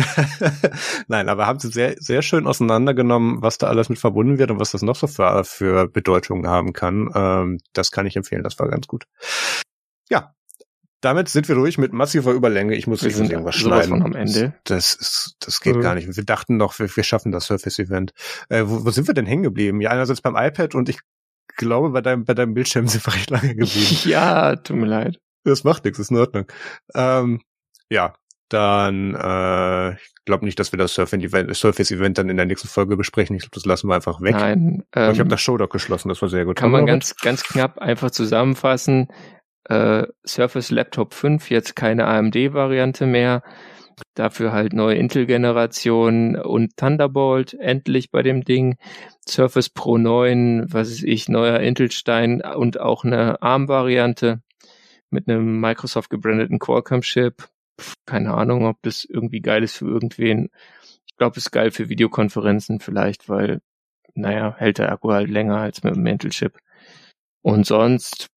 S2: Nein, aber haben sie sehr sehr schön auseinandergenommen, was da alles mit verbunden wird und was das noch so für, für Bedeutungen haben kann. Ähm, das kann ich empfehlen, das war ganz gut. Ja, damit sind wir durch mit massiver Überlänge. Ich muss
S1: wir sind
S2: irgendwas
S1: schneiden.
S2: Von
S1: am Ende.
S2: Das ist, das geht äh. gar nicht. Wir dachten noch, wir, wir schaffen das Surface-Event. Äh, wo, wo sind wir denn hängen geblieben? Ja, einerseits beim iPad und ich glaube, bei deinem, bei deinem Bildschirm sind wir recht lange geblieben.
S1: Ja, tut mir leid.
S2: Das macht nichts, ist in Ordnung. Ähm, ja. Dann, äh, ich glaube nicht, dass wir das Surface-Event Surface Event dann in der nächsten Folge besprechen. Ich glaube, das lassen wir einfach weg.
S1: Nein. Ähm,
S2: ich habe das Showdock geschlossen, das war sehr gut.
S1: Kann man ganz, ganz knapp einfach zusammenfassen. Äh, Surface Laptop fünf, jetzt keine A M D-Variante mehr. Dafür halt neue Intel-Generation und Thunderbolt endlich bei dem Ding. Surface Pro neun, was weiß ich, neuer Intel-Stein und auch eine ARM-Variante mit einem Microsoft gebrandeten Qualcomm-Chip. Keine Ahnung, ob das irgendwie geil ist für irgendwen. Ich glaube, es ist geil für Videokonferenzen vielleicht, weil, naja, hält der Akku halt länger als mit dem Intel-Chip. Und sonst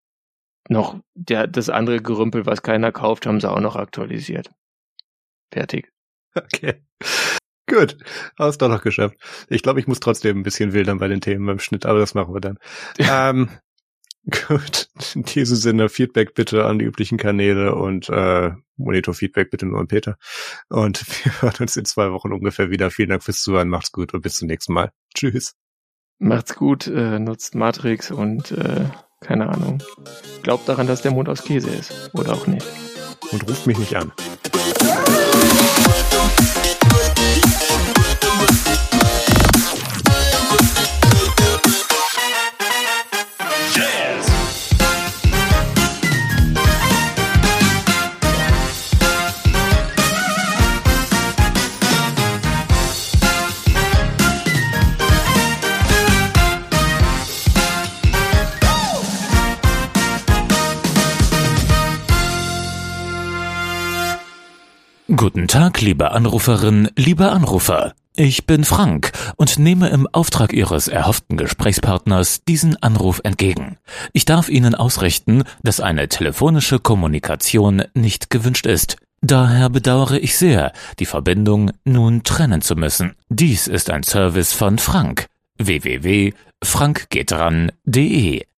S1: noch der das andere Gerümpel, was keiner kauft, haben sie auch noch aktualisiert. Fertig.
S2: Okay. Gut. Hast du doch noch geschafft. Ich glaube, ich muss trotzdem ein bisschen wildern bei den Themen beim Schnitt, aber das machen wir dann. ähm, gut. In diesem Sinne, Feedback bitte an die üblichen Kanäle und äh, Monitor-Feedback bitte nur an Peter. Und wir hören uns in zwei Wochen ungefähr wieder. Vielen Dank fürs Zuhören. Macht's gut und bis zum nächsten Mal. Tschüss.
S1: Macht's gut, äh, nutzt Matrix und äh, keine Ahnung. Glaubt daran, dass der Mond aus Käse ist. Oder auch nicht.
S2: Und ruft mich nicht an.
S3: Guten Tag, liebe Anruferin, lieber Anrufer. Ich bin Frank und nehme im Auftrag Ihres erhofften Gesprächspartners diesen Anruf entgegen. Ich darf Ihnen ausrichten, dass eine telefonische Kommunikation nicht gewünscht ist. Daher bedauere ich sehr, die Verbindung nun trennen zu müssen. Dies ist ein Service von Frank. w w w punkt frank geht ran punkt de